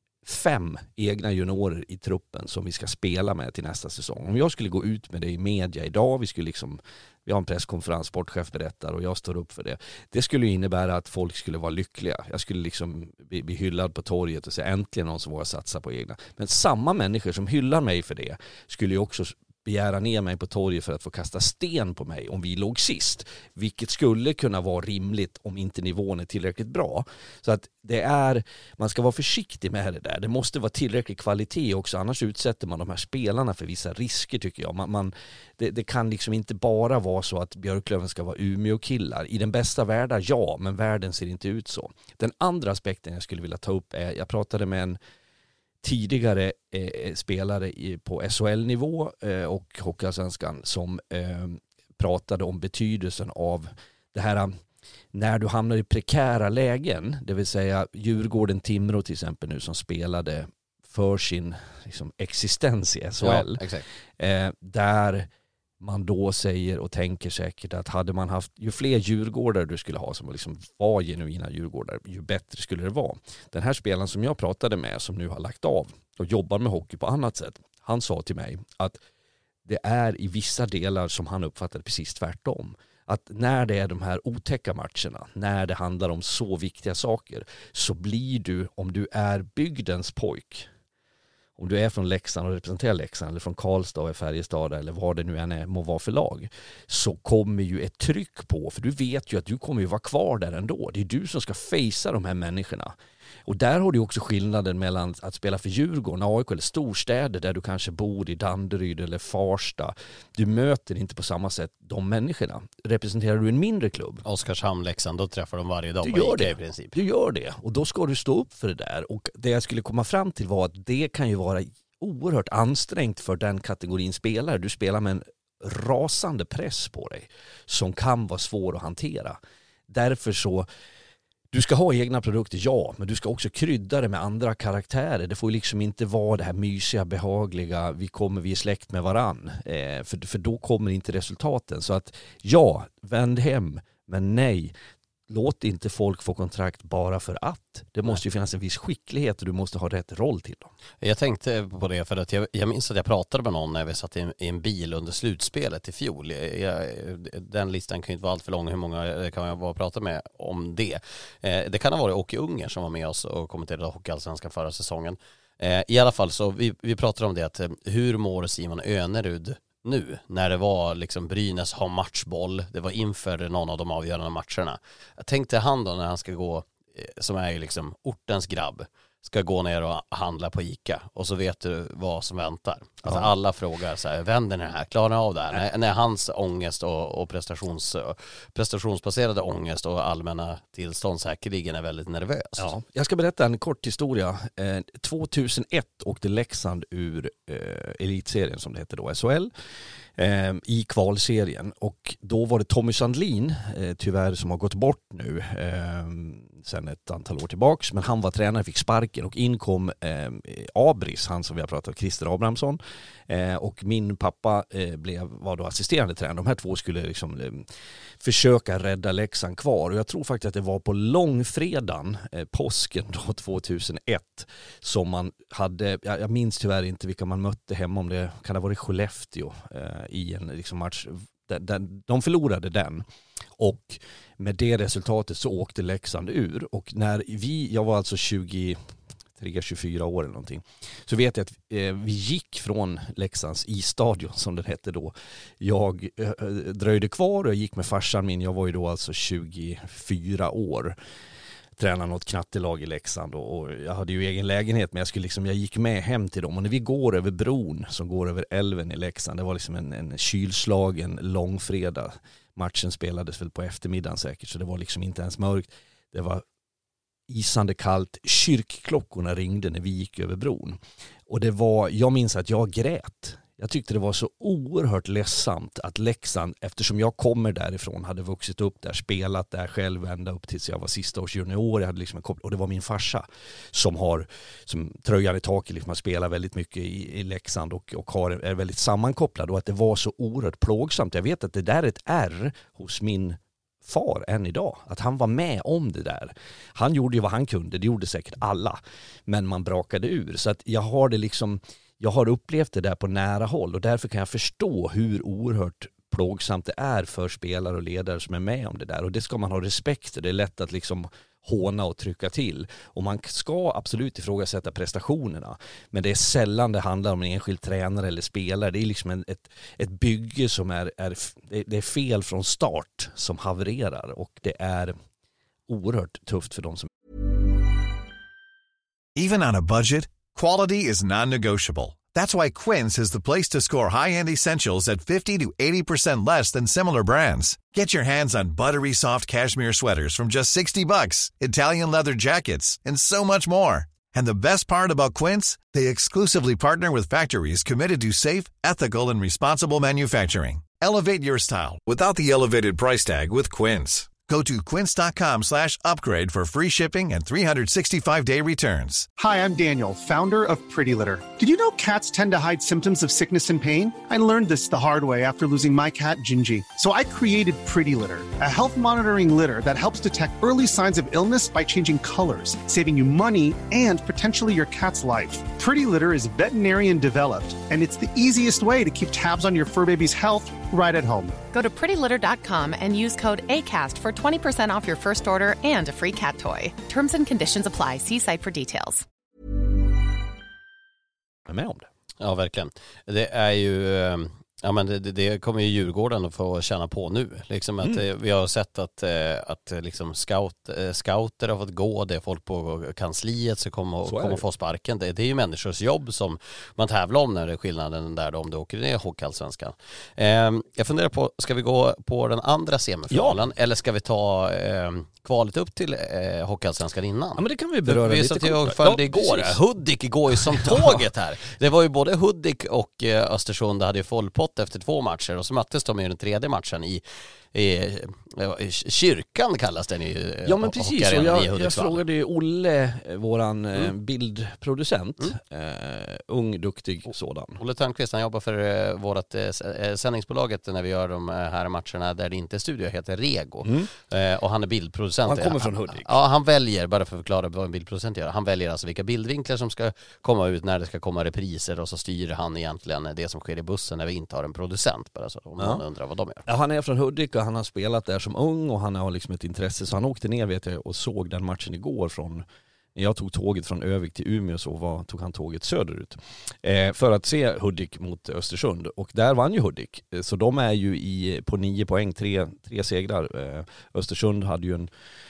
fem egna juniorer i truppen som vi ska spela med till nästa säsong. Om jag skulle gå ut med det i media idag, vi skulle liksom, vi har en presskonferens, sportchef berättar och jag står upp för det. Det skulle ju innebära att folk skulle vara lyckliga. Jag skulle liksom bli, bli hyllad på torget och säga äntligen någon som vågar satsa på egna. Men samma människor som hyllar mig för det skulle ju också begära ner mig på torget för att få kasta sten på mig om vi låg sist. Vilket skulle kunna vara rimligt om inte nivån är tillräckligt bra. Så att det är, man ska vara försiktig med det där. Det måste vara tillräcklig kvalitet också, annars utsätter man de här spelarna för vissa risker tycker jag. Man, man, det, det kan liksom inte bara vara så att Björklöven ska vara Umeå-killar. I den bästa världen, ja, men världen ser inte ut så. Den andra aspekten jag skulle vilja ta upp är, jag pratade med en tidigare eh, spelare i, på S H L-nivå eh, och Hockeyallsvenskan som eh, pratade om betydelsen av det här när du hamnar i prekära lägen, det vill säga Djurgården, Timrå till exempel nu som spelade för sin liksom, existens i S H L. Ja, exakt. Eh, där man då säger och tänker säkert att hade man haft ju fler djurgårdar du skulle ha som liksom var genuina djurgårdar, ju bättre skulle det vara. Den här spelaren som jag pratade med som nu har lagt av och jobbar med hockey på annat sätt, han sa till mig att det är i vissa delar som han uppfattade precis tvärtom. Att när det är de här otäcka matcherna, när det handlar om så viktiga saker, så blir du, om du är bygdens pojk, om du är från Leksand och representerar Leksand eller från Karlstad och Färjestad eller vad det nu än är, må vara för lag, så kommer ju ett tryck på, för du vet ju att du kommer ju vara kvar där ändå. Det är du som ska fejsa de här människorna. Och där har du också skillnaden mellan att spela för Djurgården, A I K eller storstäder där du kanske bor i Danderyd eller Farsta. Du möter inte på samma sätt de människorna. Representerar du en mindre klubb, Oskarshamn, Leksand, då träffar de varje dag du på gör Ica det. i princip. Du gör det och då ska du stå upp för det där. Och det jag skulle komma fram till var att det kan ju vara oerhört ansträngt för den kategorin spelare. Du spelar med en rasande press på dig som kan vara svår att hantera. Därför så, du ska ha egna produkter, ja, men du ska också krydda det med andra karaktärer. Det får liksom inte vara det här mysiga, behagliga, vi kommer, vi är släkt med varann. Eh, för, för då kommer inte resultaten. Så att ja, vänd hem, men nej. Låt inte folk få kontrakt bara för att. Det måste ju finnas en viss skicklighet och du måste ha rätt roll till dem. Jag tänkte på det för att jag, jag minns att jag pratade med någon när vi satt i en, i en bil under slutspelet i fjol. Jag, den listan kan ju inte vara allt för lång, hur många det kan jag bara prata med om det. Eh, det kan ha varit Åke Unger som var med oss och kommenterade Hockeyallsvenskan förra säsongen. Eh, I alla fall så vi, vi pratade om det att hur mår Simon Önerud nu när det var liksom Brynäs har matchboll, det var inför någon av de avgörande matcherna. Jag tänkte han då när han ska gå, som är ju liksom ortens grabb, ska gå ner och handla på ICA och så vet du vad som väntar. Alltså Ja. alla frågar så här, vänder ni det här, klarar ni av det här? När, när hans ångest och, och prestations, prestationsbaserade ångest och allmänna tillstånd säkerligen är väldigt nervös. Ja. Jag ska berätta en kort historia. Eh, tvåtusenett åkte Leksand ur eh, elitserien som det heter då, S H L. Eh, i kvalserien, och då var det Tommy Sandlin eh, tyvärr som har gått bort nu eh, sen ett antal år tillbaks, men han var tränare, fick sparken och in kom eh, Abris, han som vi har pratat om, Christer Abrahamsson, eh, och min pappa eh, blev, var då assisterande tränare. De här två skulle liksom eh, försöka rädda Leksand kvar, och jag tror faktiskt att det var på långfredagen, eh, påsken då tvåtusenett, som man hade, jag, jag minns tyvärr inte vilka man mötte hemma, om det kan ha varit Skellefteå eh, i en liksom match. Den, den, de förlorade den, och med det resultatet så åkte Leksand ur. Och när vi, jag var alltså tjugotre tjugofyra år eller någonting, så vet jag att eh, vi gick från Leksands isstadion som den hette då. Jag eh, dröjde kvar och jag gick med farsan min, jag var ju då alltså tjugofyra år, tränade något knattelag i Leksand, och, och jag hade ju egen lägenhet, men jag skulle liksom, jag gick med hem till dem, och när vi går över bron som går över älven i Leksand, det var liksom en, en kylslagen långfredag. Matchen spelades väl på eftermiddagen säkert, så det var liksom inte ens mörkt. Det var isande kallt, kyrkklockorna ringde när vi gick över bron, och det var, jag minns att jag grät. Jag tyckte det var så oerhört ledsamt att Leksand, eftersom jag kommer därifrån, hade vuxit upp där, spelat där själv ända upp tills jag var sista års junior. Jag hade liksom en koppling, och det var min farsa som har som tröjan i taket, liksom, spelar väldigt mycket i, i Leksand och, och har, är väldigt sammankopplad, och att det var så oerhört plågsamt. Jag vet att det där är ett R hos min far än idag, att han var med om det där. Han gjorde ju vad han kunde, det gjorde säkert alla, men man brakade ur. Så att jag har det liksom, jag har upplevt det där på nära håll, och därför kan jag förstå hur oerhört plågsamt det är för spelare och ledare som är med om det där, och det ska man ha respekt för. Det är lätt att liksom håna och trycka till, och man ska absolut ifrågasätta prestationerna, men det är sällan det handlar om en enskild tränare eller spelare. Det är liksom en, ett, ett bygge som är, är det är fel från start som havererar, och det är oerhört tufft för dem som... Even on a budget, quality is non-negotiable. That's why Quince is the place to score high-end essentials at fifty to eighty percent less than similar brands. Get your hands on buttery soft cashmere sweaters from just sixty bucks, Italian leather jackets, and so much more. And the best part about Quince, they exclusively partner with factories committed to safe, ethical, and responsible manufacturing. Elevate your style without the elevated price tag with Quince. Go to quince.com slash upgrade for free shipping and three sixty-five day returns. Hi, I'm Daniel, founder of Pretty Litter. Did you know cats tend to hide symptoms of sickness and pain? I learned this the hard way after losing my cat, Gingy. So I created Pretty Litter, a health monitoring litter that helps detect early signs of illness by changing colors, saving you money and potentially your cat's life. Pretty Litter is veterinarian developed, and it's the easiest way to keep tabs on your fur baby's health right at home. Go to pretty litter dot com and use code ACAST for twenty percent off your first order and a free cat toy. Terms and conditions apply. See site for details. Jag är med om det. Ja, verkligen. Det är ju... Ja, men det, det kommer ju Djurgården att få känna på nu. Liksom att, mm. Vi har sett att, att liksom scout, scouter har fått gå, det är folk på kansliet som kommer, kommer få sparken. Det, det är ju människors jobb som man tävlar om när det är skillnaden där om du åker ner i Hockeyallsvenskan. Eh, jag funderar på, ska vi gå på den andra semifinalen ja. eller ska vi ta eh, kvalet upp till eh, Hockeyallsvenskan innan? Ja, men det kan vi beröra vi lite kort. Jag följde ja, igår. Hudik går ju som tåget här. Det var ju både Hudik och eh, Östersund hade ju fullpott efter två matcher, och så möttes de i den tredje matchen i, i, i kyrkan kallas den i Ja men precis, och jag, jag frågade ju Olle, våran mm. bildproducent, mm. uh, ung, duktig sådan. Olle Törnqvist, han jobbar för uh, vårt uh, sändningsbolaget när vi gör de här matcherna där det inte är studio, heter Rego. Mm. Uh, och han är bildproducent. Han kommer från Hudik. Ja, han väljer, bara för att förklara vad en bildproducent gör, han väljer alltså vilka bildvinklar som ska komma ut, när det ska komma repriser, och så styr han egentligen det som sker i bussen när vi inte har en producent, bara så om ja. man undrar vad de gör. Ja, han är från Hudik och han har spelat där som ung, och han har liksom ett intresse, så han åkte ner vet jag och såg den matchen igår. Från när jag tog tåget från Övik till Umeå så var, tog han tåget söderut eh, för att se Hudik mot Östersund, och där vann ju Hudik, så de är ju i, på nio poäng, tre, tre segrar. eh, Östersund hade ju en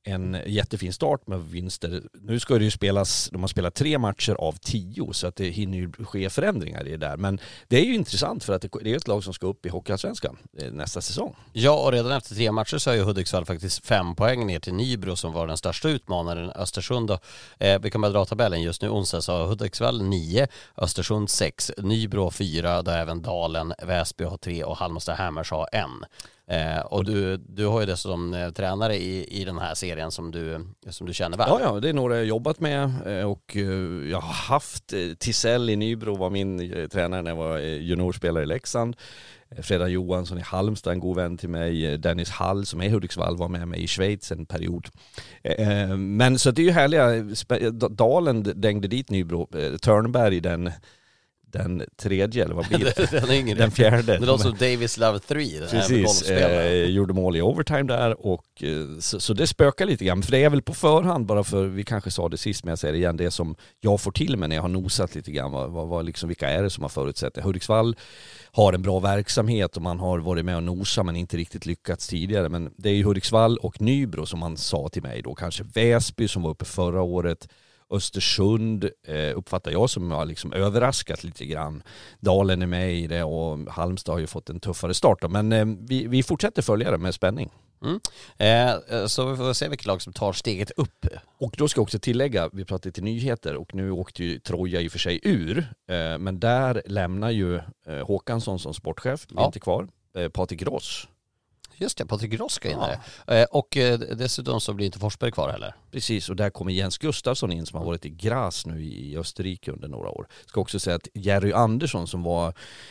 en jättefin start med vinster. Nu ska det ju spelas, de har spelat tre matcher av tio så att det hinner ju ske förändringar i det där. Men det är ju intressant för att det är ett lag som ska upp i Hockeyallsvenskan nästa säsong. Ja, och redan efter tre matcher så har ju Hudiksvall faktiskt fem poäng ner till Nybro som var den största utmanaren, Östersund då. Eh, vi kan bara dra tabellen just nu. Onsdag så har Hudiksvall nio, Östersund sex, Nybro fyra, där även Dalen, Väsby har tre och Halmstad Hammers har en. Eh, och du, du har ju dessutom eh, tränare i, i den här serien som du, som du känner väl. Ja, ja, det är några jag jobbat med eh, och eh, jag har haft eh, Tisell i Nybro var min eh, tränare när jag var eh, juniorspelare i Leksand. Eh, Fredan Johansson i Halmstad, en god vän till mig. Eh, Dennis Hall som är i Hudiksvall var med mig i Schweiz en period. Eh, men så det är ju härliga, Dalen dängde dit Nybro, eh, Törnberg den den tredje, eller vad blir det? den, är ingen den fjärde. Det är de som Davis Love tre. Precis, eh, gjorde mål i overtime där och eh, så, så det spökar lite grann. För det är väl på förhand, bara för vi kanske sa det sist, men jag säger det igen, det som jag får till mig när jag har nosat lite grann, vad, vad, vad liksom, vilka är det som har förutsett. Hudiksvall har en bra verksamhet och man har varit med och nosat men inte riktigt lyckats tidigare. Men det är ju Hudiksvall och Nybro som man sa till mig då. Kanske Väsby som var uppe förra året. Östersund eh, uppfattar jag som har liksom överraskat lite grann. Dalen är med i det och Halmstad har ju fått en tuffare start då. Men eh, vi, vi fortsätter följa det med spänning. Mm. Eh, så vi får se vilket lag som tar steget upp. Och då ska jag också tillägga, vi pratade till nyheter och nu åkte ju Troja i och för sig ur. Eh, men där lämnar ju eh, Håkansson som sportchef, ja. Inte kvar. Eh, Patrik Ross. Just det, Patrik Ross ska in där. Eh, och eh, dessutom så blir inte Forsberg kvar heller. Precis, och där kommer Jens Gustafsson in som har varit i Graz nu i Österrike under några år. Ska också säga att Jerry Andersson som var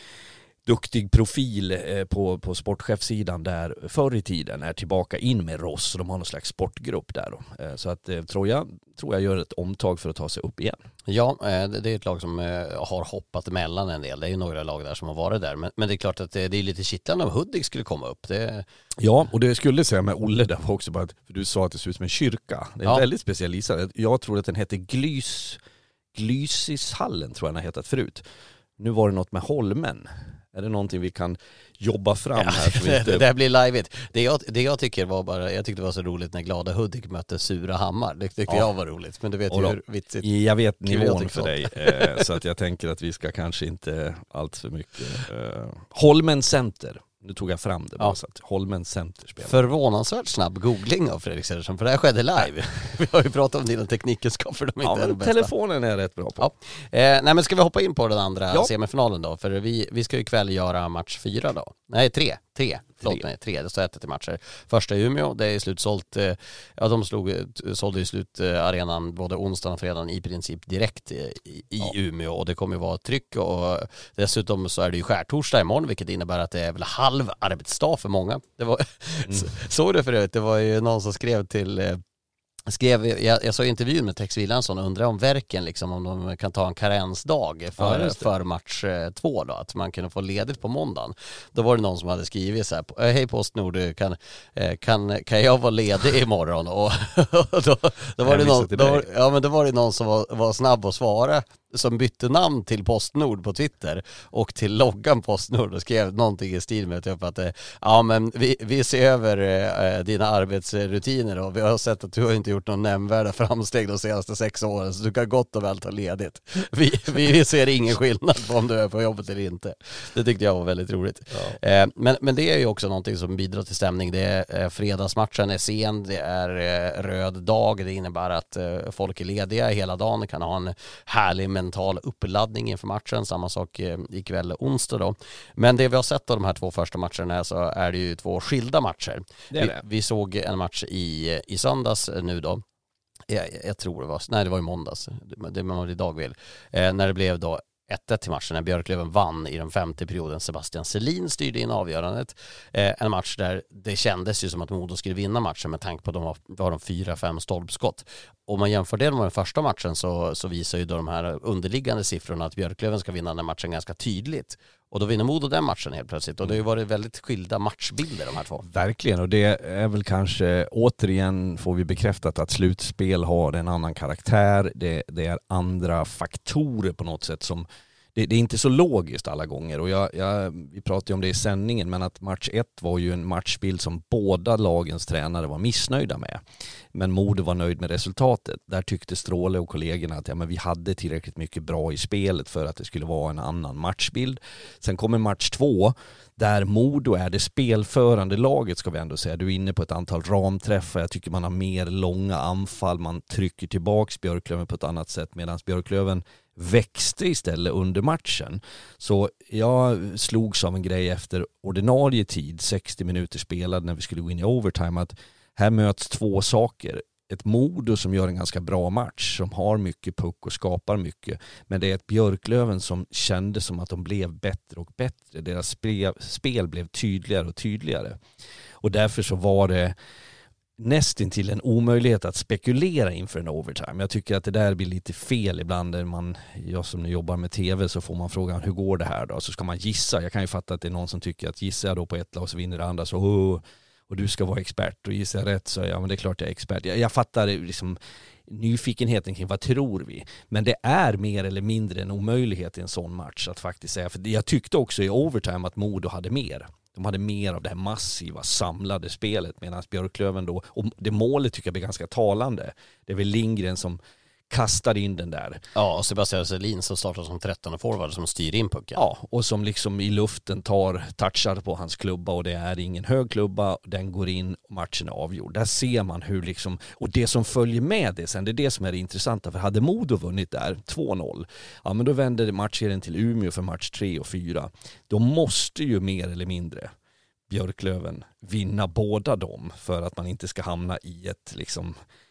duktig profil eh, på, på sportchefsidan där förr i tiden är tillbaka in med Ross. De har någon slags sportgrupp där då. Eh, så att eh, Troja tror jag gör ett omtag för att ta sig upp igen. Ja, eh, det är ett lag som eh, har hoppat emellan en del. Det är ju några lag där som har varit där. Men, men det är klart att det, det är lite kittlande om Hudik skulle komma upp. Det... Ja, och det skulle säga med Olle där var också bara att, för du sa att det ser ut som en kyrka. Det är ja. Väldigt specialiserad. Jag tror att den heter Glys, Glysishallen tror jag den har hetat förut. Nu var det något med Holmen. Är det någonting vi kan jobba fram ja, här? Så inte... Det här blir liveigt. Det jag, det jag tycker var bara, jag tyckte det var så roligt när Glada Hudik mötte Sura Hammar. Det tyckte ja. jag var roligt. Men du vet ju hur vitsigt. Jag vet nivån för dig. Eh, så att jag tänker att vi ska kanske inte allt för mycket. Eh, Holmen Center. Nu tog jag fram det bara ja. Så att Holmen Center spelar. Förvånansvärt snabb googling av Fredrik Söderström, för det här skedde live. Vi har ju pratat om dina teknikkunskaper, de är ja, inte är de bästa. Telefonen är rätt bra på. Ja. Eh, nej men ska vi hoppa in på den andra ja. semifinalen då? För vi, vi ska ju ikväll göra match fyra då. Nej, tre. Tre. Förlåt mig, tre. Det står ett i matcher. Första i Umeå, det är slutsålt. Eh, ja, de slog, sålde ju slut eh, arenan både onsdagen och fredagen i princip direkt eh, i, i ja. Umeå. Och det kommer ju vara tryck och dessutom så är det ju skärtorsdag imorgon, vilket innebär att det är väl halv arbetsdag för många. Det var, mm. Såg du förut, det var ju någon som skrev till... Eh, Skrev, jag, jag såg intervjun med Tex Wilansson och undrade om verken liksom, om de kan ta en karensdag för, ja, för match eh, två då, att man kunde få ledigt på måndagen. Då var det någon som hade skrivit så här: hej Postnord, kan, kan, kan jag vara ledig imorgon? Och då, då, var det någon, då, ja, men då var det någon som var, var snabb att svara, som bytte namn till Postnord på Twitter och till loggan Postnord och skrev någonting i stil med typ att ja men vi, vi ser över eh, dina arbetsrutiner och vi har sett att du har inte gjort någon nämnvärda framsteg de senaste sex åren, så du kan gott och väl ta ledigt. Vi, vi ser ingen skillnad på om du är på jobbet eller inte. Det tyckte jag var väldigt roligt. Ja. Eh, men, men det är ju också någonting som bidrar till stämning. Det är eh, fredagsmatchen är sen, det är eh, röd dag, det innebär att eh, folk är lediga hela dagen, kan ha en härlig mental uppladdning inför matchen. Samma sak eh, ikväll onsdag då. Men det vi har sett av de här två första matcherna så är det ju två skilda matcher. Det är det. Vi, vi såg en match i, i söndags nu då. Jag, jag tror det var, nej det var i måndags. Det var idag väl. Eh, när det blev då ett ett till matchen när Björklöven vann i den femte perioden. Sebastian Selin styrde in avgörandet. Eh, en match där det kändes ju som att Modo skulle vinna matchen med tanke på att de var, var de fyra, fem stolpskott. Om man jämför det med den första matchen så, så visar ju då de här underliggande siffrorna att Björklöven ska vinna den matchen ganska tydligt. Och då vinner Modo den matchen helt plötsligt. Och det har ju varit väldigt skilda matchbilder de här två. Verkligen, och det är väl kanske återigen får vi bekräftat att slutspel har en annan karaktär. Det, det är andra faktorer på något sätt som det, det är inte så logiskt alla gånger. Och jag, jag, vi pratade om det i sändningen, men att match ett var ju en matchbild som båda lagens tränare var missnöjda med. Men Modo var nöjd med resultatet. Där tyckte Stråle och kollegorna att ja, men vi hade tillräckligt mycket bra i spelet för att det skulle vara en annan matchbild. Sen kommer match två, där Modo är det spelförande laget, ska vi ändå säga. Du är inne på ett antal ramträffar. Jag tycker man har mer långa anfall. Man trycker tillbaks Björklöven på ett annat sätt, medan Björklöven växte istället under matchen. Så jag slogs av en grej efter ordinarie tid, sextio minuter spelad när vi skulle gå in i overtime, att här möts två saker. Ett Modo som gör en ganska bra match, som har mycket puck och skapar mycket, men det är ett Björklöven som kände som att de blev bättre och bättre. Deras spel, spel blev tydligare och tydligare. Och därför så var det nästintill en omöjlighet att spekulera inför en overtime. Jag tycker att det där blir lite fel ibland. Där man, jag som nu jobbar med tv, så får man frågan hur går det här då? Så ska man gissa. Jag kan ju fatta att det är någon som tycker att gissar jag då på ett lag så vinner det andra, så oh, och du ska vara expert, och gissar jag rätt så ja, men det är klart jag är expert. Jag, jag fattar liksom nyfikenheten kring vad tror vi, men det är mer eller mindre en omöjlighet i en sån match att faktiskt säga, för jag tyckte också i overtime att Modo hade mer. De hade mer av det här massiva samlade spelet, medan Björklöven då, och det målet tycker jag blir ganska talande. Det är väl Lindgren som kastar in den där. Ja, och Sebastian Selin som startar som trettonde forward som styr in pucken. Ja, och som liksom i luften tar touchar på hans klubba, och det är ingen hög klubba, den går in och matchen är avgjord. Där ser man hur liksom, och det som följer med det sen, det är det som är det intressanta, för hade Modo vunnit där två noll, ja men då vänder matchserien till Umeå för match tre och fyra. Då måste ju mer eller mindre Björklöven vinna båda dem för att man inte ska hamna i ett liksom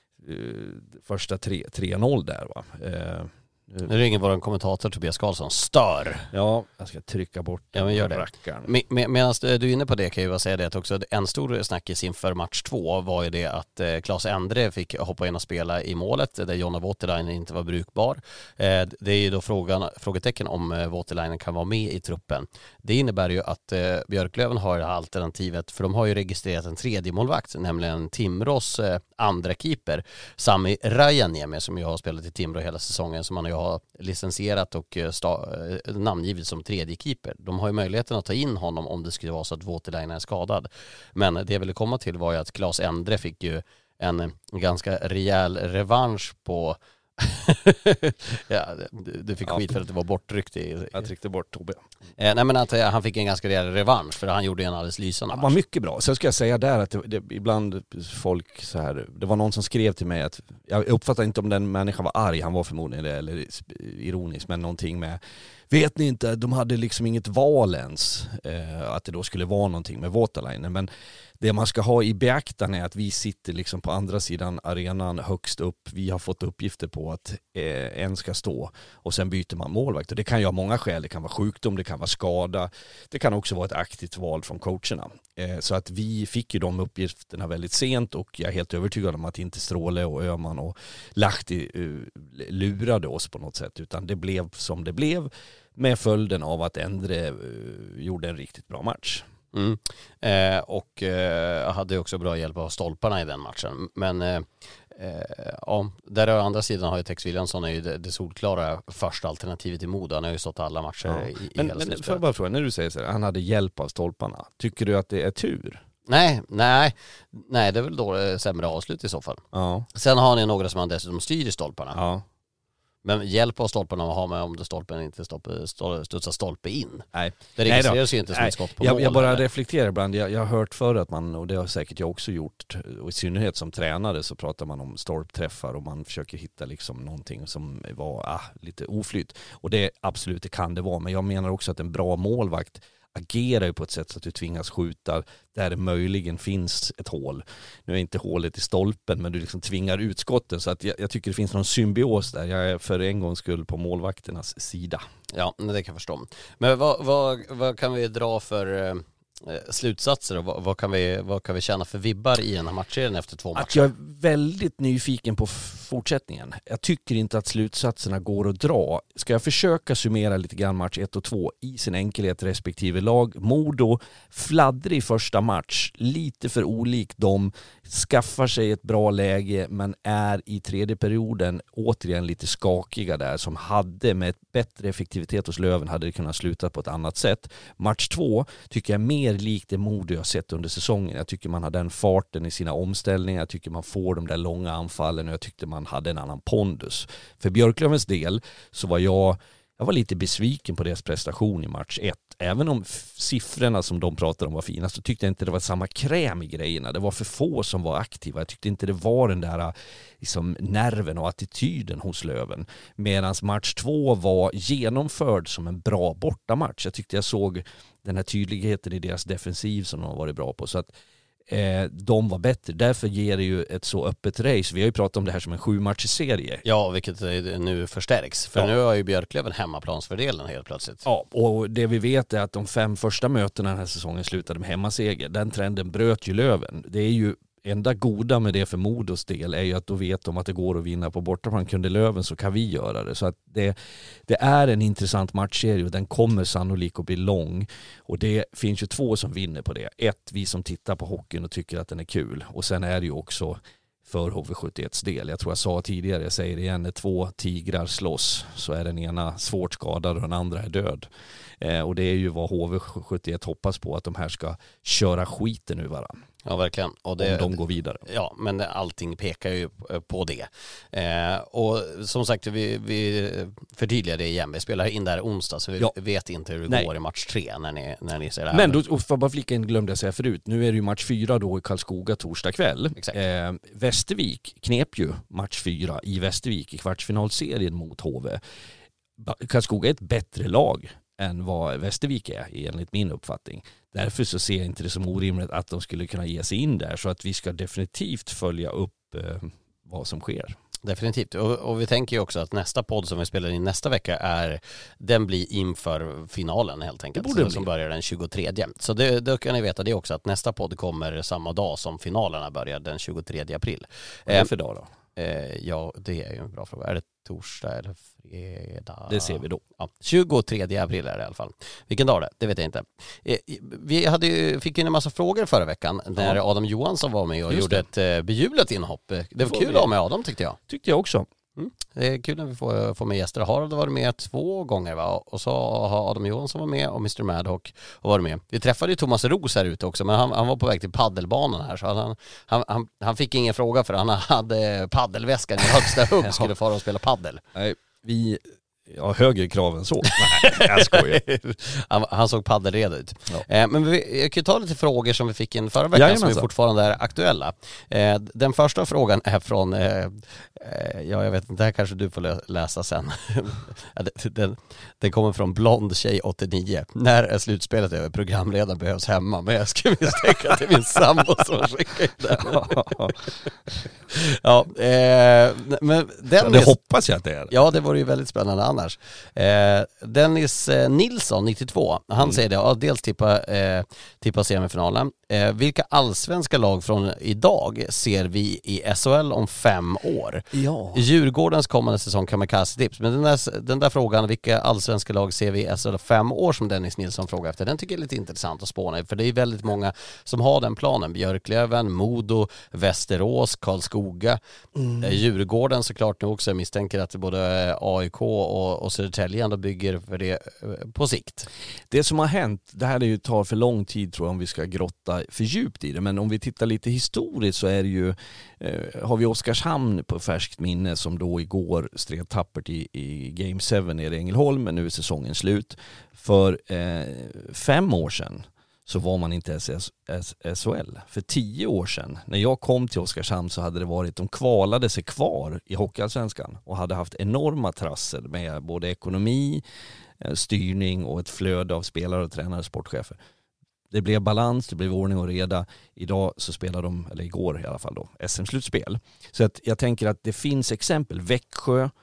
Uh, första tre noll där va. Uh, Nu ringer vår kommentator Tobias Karlsson. Stör! Ja, jag ska trycka bort ja, men gör det. Med, med, medan du är inne på det kan jag ju säga det att också en stor snackis inför match två var ju det att eh, Claes Endre fick hoppa in och spela i målet där Jonna Voutilainen inte var brukbar. Eh, det är ju då frågan, frågetecken om eh, Voutilainen kan vara med i truppen. Det innebär ju att eh, Björklöven har det här alternativet, för de har ju registrerat en tredje målvakt, nämligen Timrås eh, andra keeper Sami Rajaniemi, som ju har spelat i Timrå hela säsongen, som man ju har licensierat och sta- namngivit som tredje keeper. De har ju möjligheten att ta in honom om det skulle vara så att Voutilainen är skadad. Men det jag ville komma till var ju att Claes Endre fick ju en ganska rejäl revansch på ja, du fick ja. skit för att det var borttryckt i... Jag tryckte bort Tobbe. Eh, nej men att han fick en ganska rejäl revansch, för han gjorde en alldeles lysande match. Det var mycket bra. Så ska jag säga där att det, det, ibland folk så här, det var någon som skrev till mig att, jag uppfattar inte om den människan var arg, han var förmodligen det, eller ironisk, men någonting med, vet ni inte, de hade liksom inget val ens eh, att det då skulle vara någonting med Voutilainen, men det man ska ha i beaktande är att vi sitter liksom på andra sidan arenan högst upp. Vi har fått uppgifter på att eh, en ska stå och sen byter man målvakt. Och det kan ju ha många skäl. Det kan vara sjukdom, det kan vara skada. Det kan också vara ett aktivt val från coacherna. Eh, så att vi fick ju de uppgifterna väldigt sent, och jag är helt övertygad om att inte Stråle och Öhman och Lahti uh, lurade oss på något sätt, utan det blev som det blev, med följden av att Endre uh, gjorde en riktigt bra match. Mm. Eh, och eh, hade också bra hjälp av stolparna i den matchen. Men eh, eh, ja, där å andra sidan har ju Tex Williamson är ju det, det solklara första alternativet i Modo. Han har ju stått alla matcher ja. i, i men, hela men för jag bara fråga, när du säger så här, han hade hjälp av stolparna, tycker du att det är tur? Nej, nej, nej, det är väl då eh, sämre avslut i så fall. Ja. Sen har ni några som han dessutom styr i stolparna. Ja. Men hjälp av stolparna att ha med om det stolpen inte stolpe, stol, studsar stolpe in. Nej. Det registreras ju inte som ett skott på jag, mål. Jag bara eller? reflekterar ibland. Jag, jag har hört för att man, och det har säkert jag också gjort, och i synnerhet som tränare så pratar man om stolpträffar och man försöker hitta liksom någonting som var ah, lite oflyt. Och det absolut, det kan det vara. Men jag menar också att en bra målvakt agerar ju på ett sätt så att du tvingas skjuta där det möjligen finns ett hål. Nu är inte hålet i stolpen, men du liksom tvingar ut skotten, så att jag, jag tycker det finns någon symbios där. Jag är för en gångs skull på målvakternas sida. Ja, det kan jag förstå. Men vad, vad, vad kan vi dra för eh, slutsatser och vad, vad, kan vi, vad kan vi känna för vibbar i den här matchen efter två matcher? Att jag är väldigt nyfiken på fortsättningen. Jag tycker inte att slutsatserna går att dra. Ska jag försöka summera lite grann match ett och två i sin enkelhet respektive lag. Modo fladdrig i första match. Lite för olikt dem. Skaffar sig ett bra läge men är i tredje perioden återigen lite skakiga där, som hade med ett bättre effektivitet hos Löven hade det kunnat sluta på ett annat sätt. Match två tycker jag är mer likt det Modo jag sett under säsongen. Jag tycker man har den farten i sina omställningar. Jag tycker man får de där långa anfallen och jag tyckte man hade en annan pondus. För Björklövens del så var jag Jag var lite besviken på deras prestation i match ett. Även om f- siffrorna som de pratade om var fina så tyckte jag inte det var samma kräm i grejerna. Det var för få som var aktiva. Jag tyckte inte det var den där liksom, nerven och attityden hos Löven. Medan match två var genomförd som en bra bortamatch. Jag tyckte jag såg den här tydligheten i deras defensiv som de har varit bra på. Så att Eh, de var bättre. Därför ger det ju ett så öppet race. Vi har ju pratat om det här som en sju match serie. Ja, vilket nu förstärks. För ja. nu har ju Björklöven hemmaplansfördelen helt plötsligt. Ja, och det vi vet är att de fem första mötena den här säsongen slutade med hemmaseger. Den trenden bröt ju Löven. Det är ju enda goda med det för Modos del är ju att då vet de att det går att vinna på bortaplan. Kunde Löven så kan vi göra det. Så att det, det är en intressant matchserie och den kommer sannolikt att bli lång. Och det finns ju två som vinner på det. Ett, vi som tittar på hockeyn och tycker att den är kul. Och sen är det ju också för H V sjuttioetts del. Jag tror jag sa tidigare, jag säger det igen, när två tigrar slåss så är den ena svårt skadad och den andra är död. Eh, och det är ju vad H V sjuttioett hoppas på, att de här ska köra skiten ur varandra. Ja, verkligen. Och det, om de går vidare. Ja, men allting pekar ju på det. Eh, och som sagt, vi, vi förtydligar det igen. Vi spelar in där onsdag så vi ja. vet inte hur det Nej. går i match tre när ni, när ni ser det här. Men då, och för bara flika in, glömde jag säga förut. Nu är det ju match fyra då i Karlskoga torsdag kväll. Exakt. Eh, Västervik knep ju match fyra i Västervik i kvartsfinalserien mot H V. Karlskoga är ett bättre lag än vad Västervik är enligt min uppfattning. Därför så ser jag inte det som orimligt att de skulle kunna ge sig in där, så att vi ska definitivt följa upp eh, vad som sker. Definitivt. Och, och vi tänker ju också att nästa podd som vi spelar in nästa vecka är, den blir inför finalen helt enkelt. Det som börjar den tjugotredje. Så det, då kan ni veta det också, att nästa podd kommer samma dag som finalerna börjar, den tjugotredje april. Vad är det för dag då? Eh, ja, det är ju en bra fråga. Är det torsdag eller fredag? Det ser vi då. Ja, tjugotredje april är det i alla fall. Vilken dag det? Det vet jag inte. Eh, vi hade ju, fick ju en massa frågor förra veckan när ja. Adam Johansson var med och Just gjorde det. ett eh, behjulet inhopp. Det var kul att ha med Adam, tyckte jag. Tyckte jag också. Mm. Det är kul när vi får, får med gäster. Harald har varit med två gånger, va? Och så har Adam Johansson varit med och mister Madhawk har varit med. Vi träffade ju Thomas Ros här ute också, men han, han var på väg till paddelbanan här, så han, han, han, han fick ingen fråga för han hade paddelväskan i högsta hugg, skulle fara och spela paddel. Nej, vi har högre krav än så. Nej, jag skojar. han, han såg paddelredo ut. Ja. Eh, men vi, jag kan ta lite frågor som vi fick in förra veckan. Jajamensan. Som är fortfarande är aktuella. Eh, den första frågan är från, eh, eh, ja jag vet inte, det här kanske du får läsa sen. den, den kommer från Blond Tjej åttionio. När är slutspelet över? Programledaren behövs hemma. Men jag skulle misstänka att det är min sambo som skickar den. ja, eh, men den det är, hoppas jag att det är. Ja, det vore ju väldigt spännande annars. Eh, Dennis eh, Nilsson, nittiotvå, han mm. säger det, ja, dels tippa, eh, tippa semifinalen. Eh, vilka allsvenska lag från idag ser vi i S H L om fem år? Ja. Djurgårdens kommande säsong Kamikaze-tips. Men den där, den där frågan, vilka allsvenska lag ser vi i S H L om fem år, som Dennis Nilsson frågar efter, den tycker jag är lite intressant att spåna i, för det är väldigt många som har den planen. Björklöven, Modo, Västerås, Karlskoga, mm. eh, Djurgården såklart nu också. Jag misstänker att både A I K och, och Södertälje ändå bygger för det eh, på sikt. Det som har hänt, det här är ju tar för lång tid tror jag om vi ska grotta för djupt i det, men om vi tittar lite historiskt så är det ju eh, har vi Oskarshamn på färskt minne som då igår stred tappert i, i Game sju nere i Ängelholm, men nu är säsongen slut. För eh, fem år sedan så var man inte ens S H L. För tio år sedan, när jag kom till Oskarshamn, så hade det varit, de kvalade sig kvar i Hockeyallsvenskan och hade haft enorma trassel med både ekonomi, styrning och ett flöde av spelare och tränare och sportchefer. Det blev balans, det blev ordning och reda. Idag så spelar de, eller igår i alla fall då, S M-slutspel. Så att jag tänker att det finns exempel. Växjö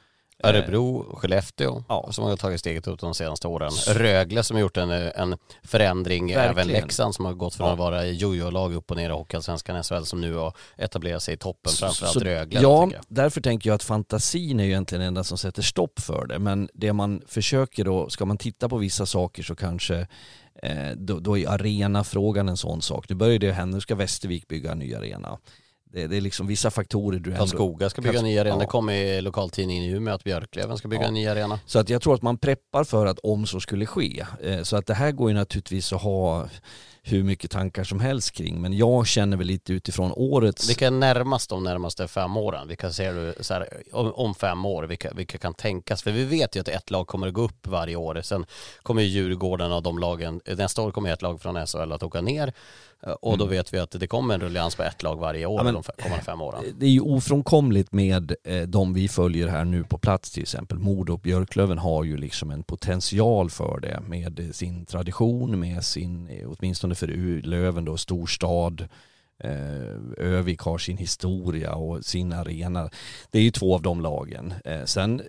Örebro, Skellefteå ja. som har tagit steget ut de senaste åren. Rögle som har gjort en, en förändring. Verkligen. Även Leksand som har gått från ja. att vara i jojo-lag upp och ner i Hockeyallsvenskan S H L som nu har etablerat sig i toppen, framförallt så, Rögle. Ja, därför tänker jag att fantasin är ju egentligen det enda som sätter stopp för det. Men det man försöker då, ska man titta på vissa saker så kanske eh, då, då är arenafrågan en sån sak. Nu börjar det hända, nu ska Västervik bygga en ny arena. Det, det är liksom vissa faktorer du ändå... Karlskoga ska bygga en ny arena. Ja. Det kommer i lokaltidningen i Umeå att Björklöven ska bygga ja. en ny arena. Så att jag tror att man preppar för att om så skulle ske. Så att det här går ju naturligtvis att ha hur mycket tankar som helst kring. Men jag känner väl lite utifrån årets... Vilka är närmast de närmaste fem åren? Vilka ser du så här, om, om fem år? Vilka, vilka kan tänkas? För vi vet ju att ett lag kommer att gå upp varje år. Sen kommer ju Djurgården och de lagen... Nästa år kommer ett lag från S H L att åka ner. Och då vet vi att det kommer en rullians på ett lag varje år ja, men, de kommande fem åren. Det är ju ofrånkomligt med eh, de vi följer här nu på plats till exempel. Modo och Björklöven har ju liksom en potential för det med sin tradition, med sin, åtminstone för Löven då, storstad. Eh, Övik har sin historia och sin arena. Det är ju två av de lagen. Eh, sen...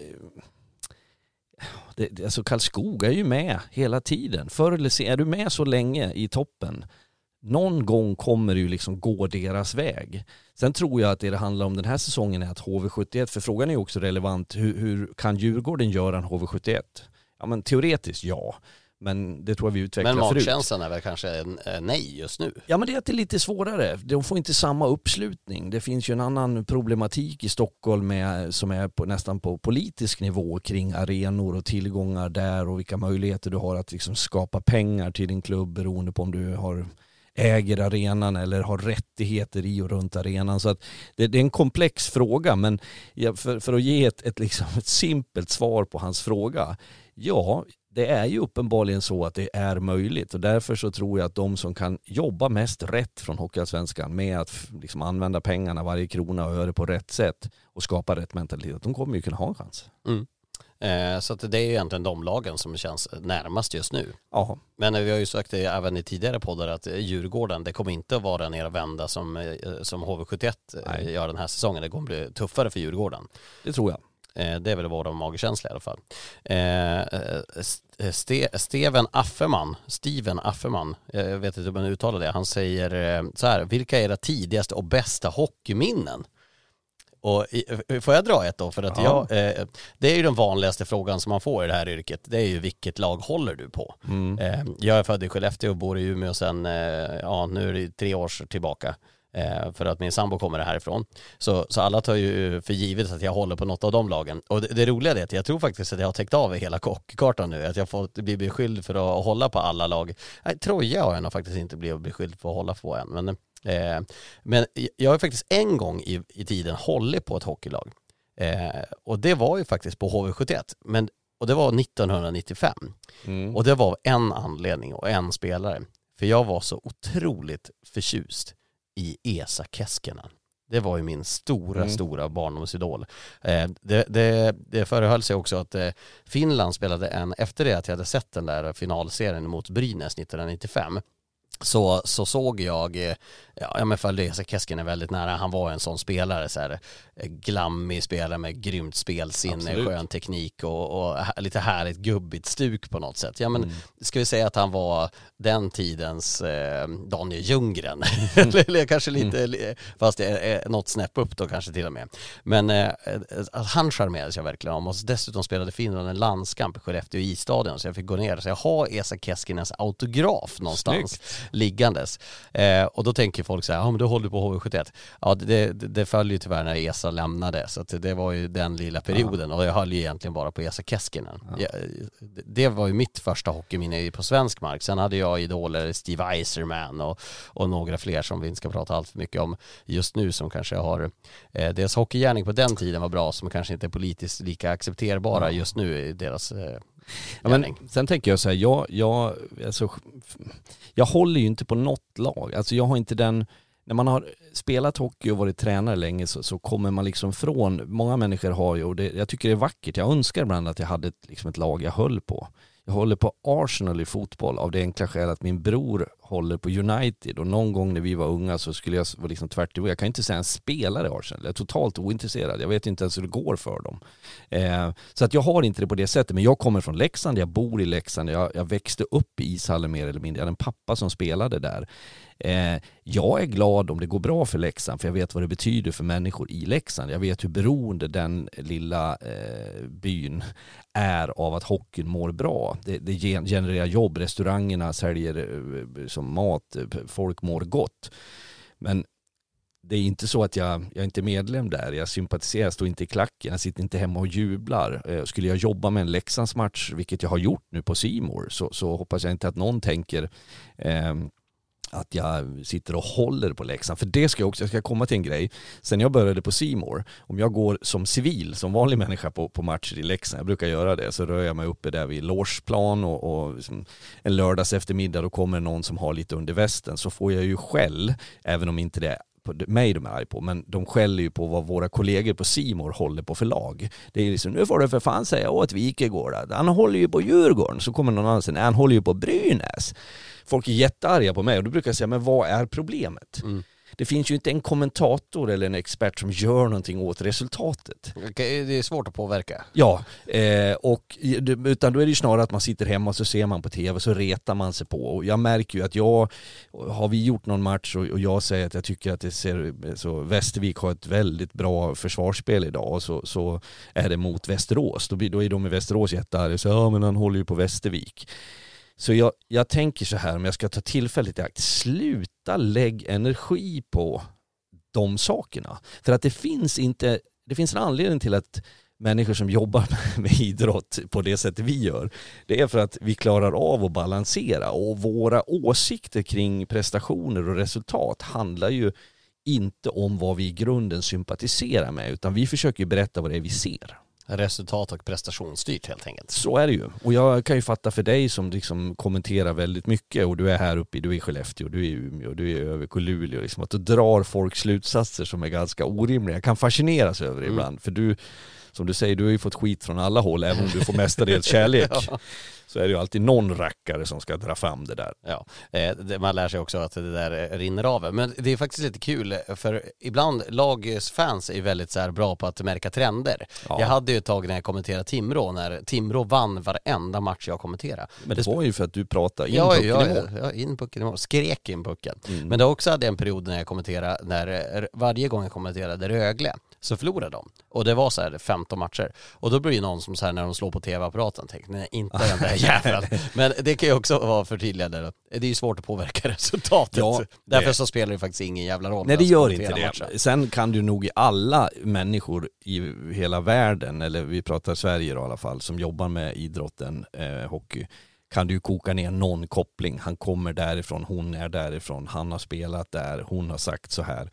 Det, det, alltså Karlskoga är ju med hela tiden. Förr eller sen, är du med så länge i toppen, någon gång kommer det ju liksom gå deras väg. Sen tror jag att det det handlar om den här säsongen är att H V sjuttioett, för frågan är ju också relevant, hur, hur kan Djurgården göra en H V sjuttioett? Ja men teoretiskt ja, men det tror jag vi utvecklar förut. Men magkänslan är väl kanske en, en nej just nu? Ja men det är att det är lite svårare. De får inte samma uppslutning. Det finns ju en annan problematik i Stockholm med, som är på, nästan på politisk nivå kring arenor och tillgångar där och vilka möjligheter du har att liksom skapa pengar till din klubb beroende på om du har äger arenan eller har rättigheter i och runt arenan. Så att det, det är en komplex fråga, men för, för att ge ett, ett, liksom ett simpelt svar på hans fråga, ja, det är ju uppenbarligen så att det är möjligt och därför så tror jag att de som kan jobba mest rätt från Hockeyallsvenskan med att liksom använda pengarna, varje krona och öre på rätt sätt och skapa rätt mentalitet, de kommer ju kunna ha en chans. Mm. Eh, så att det är ju egentligen de lagen som känns närmast just nu. Aha. Men vi har ju sagt det även i tidigare poddar att Djurgården, det kommer inte att vara ner och vända som, som H V sjuttioett Nej. gör den här säsongen. Det kommer bli tuffare för Djurgården. Det tror jag. Eh, det är väl vår magkänsla i alla fall. Eh, Ste- Steven Affeman, Steven Affeman, jag vet inte hur man uttalar det, han säger så här: vilka är era tidigaste och bästa hockeyminnen? Och får jag dra ett då? För att jag, eh, det är ju den vanligaste frågan som man får i det här yrket. Det är ju vilket lag håller du på? Mm. Eh, jag är född i Skellefteå och bor i Umeå sedan, eh, ja nu är det tre år tillbaka. Eh, för att min sambo kommer härifrån. Så, så alla tar ju för givet att jag håller på något av de lagen. Och det, det roliga är att jag tror faktiskt att jag har täckt av hela hockeykartan nu. Att jag får bli beskylld för att hålla på alla lag. Nej, Troja har jag nog faktiskt inte blivit beskylld för att hålla på än. Men Eh, men jag har faktiskt en gång i, i tiden hållit på ett hockeylag. Eh, och det var ju faktiskt på H V sjuttioett. Men, och det var nittonhundranittiofem. Mm. Och det var en anledning och en spelare. För jag var så otroligt förtjust i Esa Keskinen. Det var ju min stora, mm. stora barndomsidol. Eh, det, det, det förehöll sig också att eh, Finland spelade en, efter det att jag hade sett den där finalserien mot Brynäs nittonhundranittiofem, Så, så såg jag, ja, jag följde Esa Keskinen väldigt nära. Han var en sån spelare, så här, glammig spelare med grymt spelsinne, Absolut. skön teknik och, och lite härligt gubbigt stuk på något sätt. Ja, men mm. ska vi säga att han var den tidens eh, Daniel Ljunggren. Mm. Eller kanske lite, mm. fast det är något snäpp upp då kanske till och med. Men eh, han charmerades jag verkligen om. Och dessutom spelade Finland en landskamp i Skellefteå i isstadion, så jag fick gå ner. Så jag har Esa Keskinens autograf någonstans. Snyggt. Liggandes. Eh, och då tänker folk så här, ja men du håller på H V sjuttioett. Ja, det, det, det följde ju tyvärr när Esa lämnade, så att det var ju den lilla perioden. Ja. Och jag höll ju egentligen bara på Esa Keskinen. Ja. Jag, det var ju mitt första hockeyminne på svensk mark. Sen hade jag idoler Steve Eiserman och, och några fler som vi inte ska prata allt för mycket om just nu, som kanske har eh, deras hockeygärning på den tiden var bra, som kanske inte är politiskt lika accepterbara ja. just nu i deras eh, Ja, men sen tänker jag så här, jag, jag, alltså, jag håller ju inte på något lag. Alltså jag har inte den, när man har spelat hockey och varit tränare länge så, så kommer man liksom från, många människor har ju, och det, jag tycker det är vackert, jag önskar ibland att jag hade ett, liksom ett lag jag höll på. Jag håller på Arsenal i fotboll av det enkla skälet att min bror håller på United, och någon gång när vi var unga så skulle jag vara liksom tvärt emot. Jag kan inte säga en spelare i Arsenal. Jag är totalt ointresserad. Jag vet inte ens hur det går för dem. Eh, så att jag har inte det på det sättet. Men jag kommer från Leksand, jag bor i Leksand. Jag, jag växte upp i ishallen mer eller mindre. Jag hade en pappa som spelade där. Eh, jag är glad om det går bra för Leksand, för jag vet vad det betyder för människor i Leksand. Jag vet hur beroende den lilla eh, byn är av att hockeyn mår bra. Det, det genererar jobb, restaurangerna säljer eh, som mat, folk mår gott. Men det är inte så att jag, jag är inte medlem där. Jag sympatiserar, står inte i klacken. Jag sitter inte hemma och jublar. Eh, skulle jag jobba med en Leksandsmatch, vilket jag har gjort nu på C More, så, så hoppas jag inte att någon tänker eh, att jag sitter och håller på Leksand. För det ska jag också, jag ska komma till en grej. Sen jag började på C More, om jag går som civil, som vanlig människa på, på matcher i Leksand, jag brukar göra det, så rör jag mig uppe där vid logeplan och, och liksom en lördags eftermiddag då kommer någon som har lite under västen, så får jag ju skäll, även om inte det är på mig de är arg på, men de skäller ju på vad våra kollegor på C More håller på för lag. Det är liksom, nu får du för fan säga åt Wikegård, han håller ju på Djurgården, så kommer någon annan säga, han håller ju på Brynäs. Folk är jättearga på mig, och då brukar jag säga, men vad är problemet? Mm. Det finns ju inte en kommentator eller en expert som gör någonting åt resultatet. Okay, det är svårt att påverka. Ja, eh, och, utan då är det ju snarare att man sitter hemma och så ser man på tv, så retar man sig på. Och jag märker ju att jag, har vi gjort någon match och, och jag säger att jag tycker att det ser, så Västervik har ett väldigt bra försvarsspel idag, och så, så är det mot Västerås. Då, blir, då är de i Västerås jättearga, så ja, men han håller ju på Västervik. Så jag, jag tänker så här, om jag ska ta tillfället i akt, sluta lägg energi på de sakerna. För att det finns inte, det finns en anledning till att människor som jobbar med idrott på det sättet vi gör, det är för att vi klarar av att balansera, och våra åsikter kring prestationer och resultat handlar ju inte om vad vi i grunden sympatiserar med, utan vi försöker berätta vad det är vi ser. Resultat och prestationsstyrt helt enkelt. Så är det ju. Och jag kan ju fatta för dig som liksom kommenterar väldigt mycket, och du är här uppe, du är i Skellefteå, du är i Umeå, du är i Övik och Luleå, liksom, att du drar folk slutsatser som är ganska orimliga. Jag kan fascineras över det mm. ibland, för du, som du säger, du har ju fått skit från alla håll, även om du får mestadels kärlek. Ja. Så är det ju alltid någon rackare som ska dra fram det där. Ja, eh, det, man lär sig också att det där rinner av. Men det är faktiskt lite kul, för ibland lagsfans är väldigt så här bra på att märka trender. Ja. Jag hade ju ett tag när jag kommenterade Timrå, när Timrå vann varenda match jag kommenterade. Men det, det var ju för att du pratade in ja, pucken ja, i mål. Ja, in pucken i mål. Skrek in pucken. Mm. Men det också hade en period när jag kommenterade, när varje gång jag kommenterade Rögle så förlorade de. Och det var så här femton matcher. Och då blir det någon som så här när de slår på tv-apparaten tänker, nej, inte den där jäveln. Men det kan ju också vara förtydligande. Det är ju svårt att påverka resultatet. Ja, därför det. Så spelar det faktiskt ingen jävla roll. Nej, det gör inte det. Matchen. Sen kan du nog i alla människor i hela världen, eller vi pratar Sverige då, i alla fall, som jobbar med idrotten, eh, hockey, kan du koka ner någon koppling. Han kommer därifrån, hon är därifrån, han har spelat där, hon har sagt så här.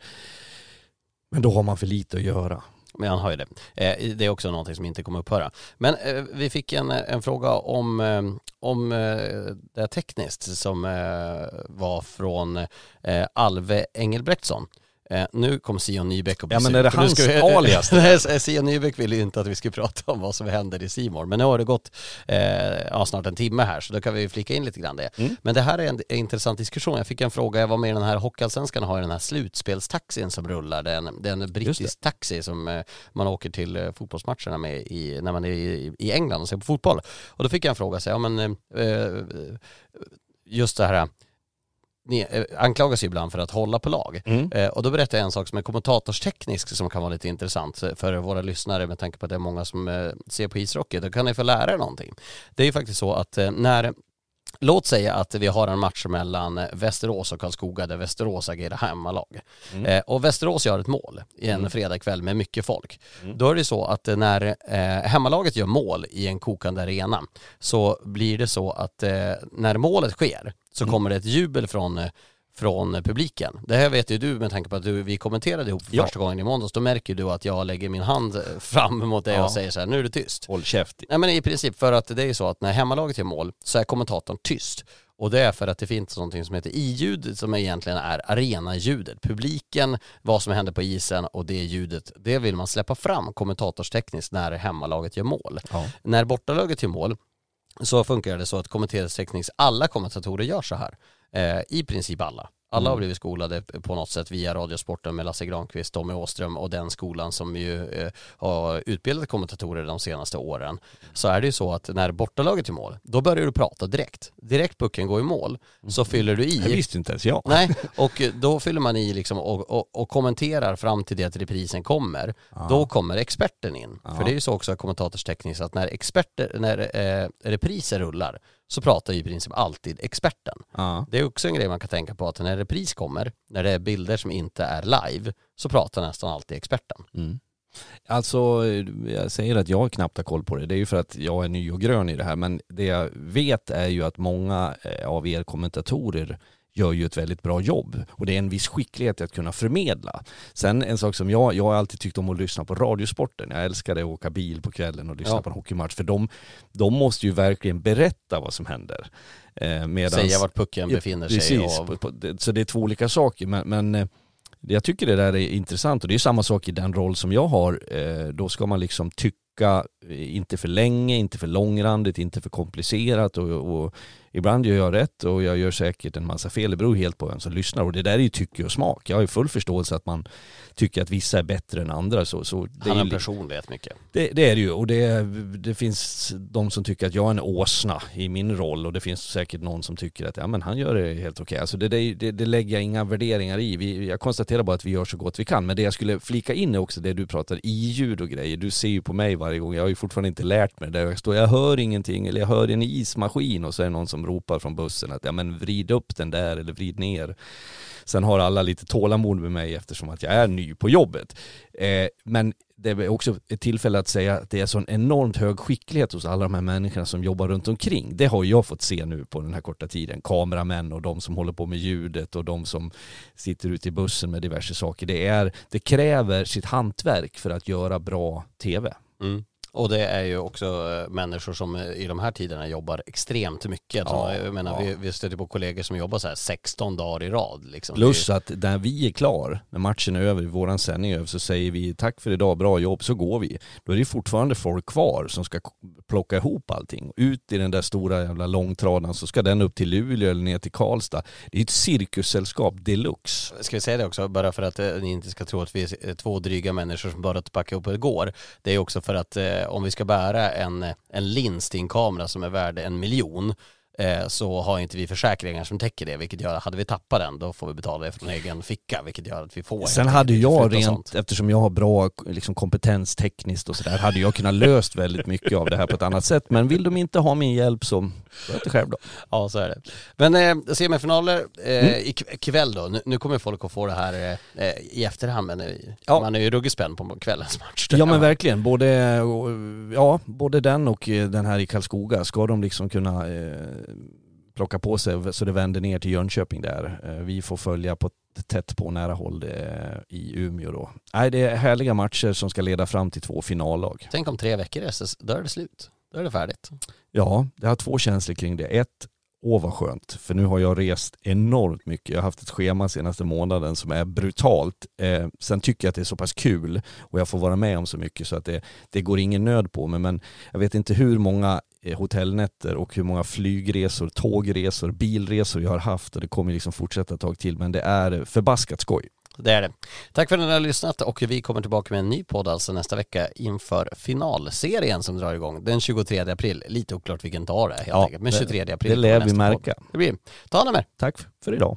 Men då har man för lite att göra. Men han har ju det. Eh, det är också någonting som inte kommer upphöra. Men eh, vi fick en, en fråga om, eh, om eh, det tekniskt som eh, var från eh, Alve Engelbrektsson. Eh, nu kom Sion Nybäck och ja, men är det hans vi, alias? Nej, Sion Nybäck ville ju inte att vi skulle prata om vad som händer i C More. Men nu har det gått eh, ja, snart en timme här, så då kan vi flika in lite grann det. Mm. Men det här är en, en intressant diskussion. Jag fick en fråga, jag var med i den här Hockeyallsvenskan, har den här slutspelstaxin som rullar. Det är en, det är en brittisk taxi som eh, man åker till eh, fotbollsmatcherna med i, när man är i, i England och ser på fotboll. Och då fick jag en fråga, så, ja, men, eh, just det här, ni anklagas ju ibland för att hålla på lag. Mm. Eh, och då berättar jag en sak som är kommentatorsteknisk som kan vara lite intressant för våra lyssnare, med tanke på att det är många som eh, ser på ishockey. Då kan ni få lära er någonting. Det är ju faktiskt så att eh, när låt säga att vi har en match mellan Västerås och Karlskoga där Västerås agerar hemmalag. Mm. Eh, och Västerås gör ett mål i en mm. fredagkväll med mycket folk. Mm. Då är det så att när eh, hemmalaget gör mål i en kokande arena, så blir det så att eh, när målet sker så mm. kommer det ett jubel från från publiken. Det här vet ju du, med tanke på att du, vi kommenterade ihop för ja. första gången i måndags. Då märker du att jag lägger min hand fram mot dig ja. och säger så här, nu är du tyst. Håll käft. Nej, men i princip för att det är så att när hemmalaget gör mål så är kommentatorn tyst. Och det är för att det finns någonting som heter i-ljud, som egentligen är arenaljudet. Publiken, vad som händer på isen och det ljudet, det vill man släppa fram kommentatorstekniskt när hemmalaget gör mål. Ja. När bortalaget gör mål, så funkar det så att kommenteringstekniskt alla kommentatorer gör så här. Eh, I princip alla. Alla har blivit skolade på något sätt via Radiosporten med Lasse Granqvist, Tommy Åström och den skolan som ju eh, har utbildat kommentatorer de senaste åren. Så är det ju så att när bortalaget är i mål, då börjar du prata direkt. Direkt pucken går i mål, så fyller du i. Jag visste inte ens jag. Nej, och då fyller man i liksom och, och, och kommenterar fram till det att reprisen kommer. Ja. Då kommer experten in. Ja. För det är ju så också kommentatorstekniskt att när experter, när eh, repriser rullar, så pratar ju i princip alltid experten. Ja. Det är också en grej man kan tänka på, att när repris kommer, när det är bilder som inte är live, så pratar nästan alltid experten. Mm. Alltså, jag säger att jag knappt har koll på det. Det är ju för att jag är ny och grön i det här. Men det jag vet är ju att många av er kommentatorer gör ju ett väldigt bra jobb. Och det är en viss skicklighet att kunna förmedla. Sen en sak som jag, jag har alltid tyckt om att lyssna på radiosporten. Jag älskar det att åka bil på kvällen och lyssna ja. på en hockeymatch. För de, de måste ju verkligen berätta vad som händer. Eh, medans, Säga vart pucken befinner sig. Precis, och... på, på, så det är två olika saker. Men, men jag tycker det där är intressant. Och det är samma sak i den roll som jag har. Eh, då ska man liksom tycka, inte för länge, inte för långrandigt, inte för komplicerat och, och ibland gör jag rätt och jag gör säkert en massa fel. Det beror helt på vem som lyssnar och det där är ju tycke och smak. Jag har ju full förståelse att man tycker att vissa är bättre än andra. Så, så det Han har är personlighet mycket. Det, det är det ju och det, det finns de som tycker att jag är en åsna i min roll och det finns säkert någon som tycker att ja, men han gör det helt okej. Alltså det, det, det, det lägger jag inga värderingar i. Vi, jag konstaterar bara att vi gör så gott vi kan. Men det jag skulle flika in är också det du pratar i ljud och grejer. Du ser ju på mig varje gång. Jag har ju fortfarande inte lärt mig det. Jag står, jag hör ingenting eller jag hör en ismaskin och så är det någon som ropar från bussen att ja men vrid upp den där eller vrid ner. Sen har alla lite tålamod med mig eftersom att jag är ny på jobbet. Eh, men det är också ett tillfälle att säga att det är sån enormt hög skicklighet hos alla de här människorna som jobbar runt omkring. Det har jag fått se nu på den här korta tiden. Kameramän och de som håller på med ljudet och de som sitter ute i bussen med diverse saker. Det, är, det kräver sitt hantverk för att göra bra tv. Mm. Och det är ju också människor som i de här tiderna jobbar extremt mycket. Ja, jag menar, ja. vi, vi stöter på kollegor som jobbar så här sexton dagar i rad. Liksom. Plus att när vi är klar, när matchen är över, våran sändning är över, så säger vi tack för idag, bra jobb, så går vi. Då är det fortfarande folk kvar som ska plocka ihop allting. Ut i den där stora jävla långtradan så ska den upp till Luleå eller ner till Karlstad. Det är ett cirkussällskap deluxe. Ska vi säga det också, bara för att eh, ni inte ska tro att vi är två dryga människor som bara packa upp igår. Det är också för att eh, om vi ska bära en, en lins till en kamera som är värd en miljon eh, så har inte vi försäkringar som täcker det, vilket gör att hade vi tappat den då får vi betala det från egen ficka, vilket gör att vi får. Sen hade jag rent, eftersom jag har bra liksom, kompetens tekniskt och sådär, hade jag kunnat löst väldigt mycket av det här på ett annat sätt, men vill de inte ha min hjälp så sköt det själv då. Ja, så är det. Men eh, semifinaler eh, mm. ikväll då, nu, nu kommer folk att få det här eh, i efterhand, men eh, ja. man är ju ruggigt spänd på kvällens match. Ja, men verkligen, både, ja, både den och den här i Karlskoga, ska de liksom kunna eh, plocka på sig så det vänder ner till Jönköping där. Eh, vi får följa på tätt på nära håll eh, i Umeå då. Nej, det är härliga matcher som ska leda fram till två finallag. Tänk om tre veckor är det, då är det slut. Då är det färdigt. Ja, jag har två känslor kring det. Ett, åh vad skönt. För nu har jag rest enormt mycket. Jag har haft ett schema senaste månaden som är brutalt. Eh, sen tycker jag att det är så pass kul och jag får vara med om så mycket så att det, det går ingen nöd på mig. Men jag vet inte hur många hotellnätter och hur många flygresor, tågresor, bilresor jag har haft och det kommer liksom fortsätta ett tag till. Men det är förbaskat skoj. Det är det. Tack för att ni har lyssnat och vi kommer tillbaka med en ny podd alltså nästa vecka inför finalserien som drar igång den tjugotredje april. Lite oklart vilken dag det är helt ja, enkelt. Men tjugotredje april. Det lär vi märka. Det blir. Ta hand om er. Tack för idag.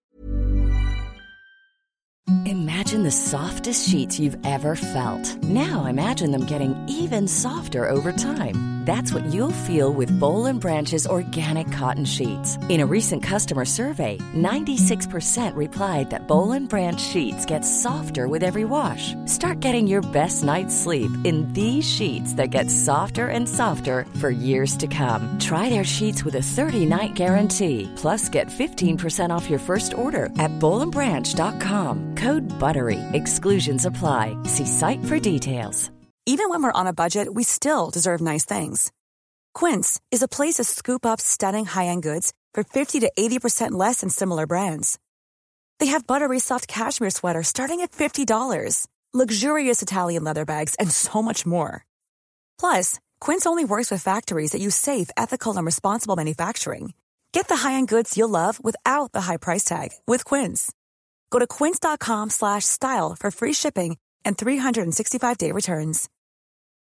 Imagine the softest sheets you've ever felt. Now imagine them getting even softer over time. That's what you'll feel with Boll and Branch's organic cotton sheets. In a recent customer survey, ninety-six percent replied that Boll and Branch sheets get softer with every wash. Start getting your best night's sleep in these sheets that get softer and softer for years to come. Try their sheets with a thirty-night guarantee. Plus, get fifteen percent off your first order at boll and branch dot com. Code BUTTERY. Exclusions apply. See site for details. Even when we're on a budget, we still deserve nice things. Quince is a place to scoop up stunning high-end goods for fifty to eighty percent less than similar brands. They have buttery soft cashmere sweaters starting at fifty dollars, luxurious Italian leather bags, and so much more. Plus, Quince only works with factories that use safe, ethical, and responsible manufacturing. Get the high-end goods you'll love without the high price tag with Quince. Go to quince dot com slash style for free shipping and three sixty-five day returns.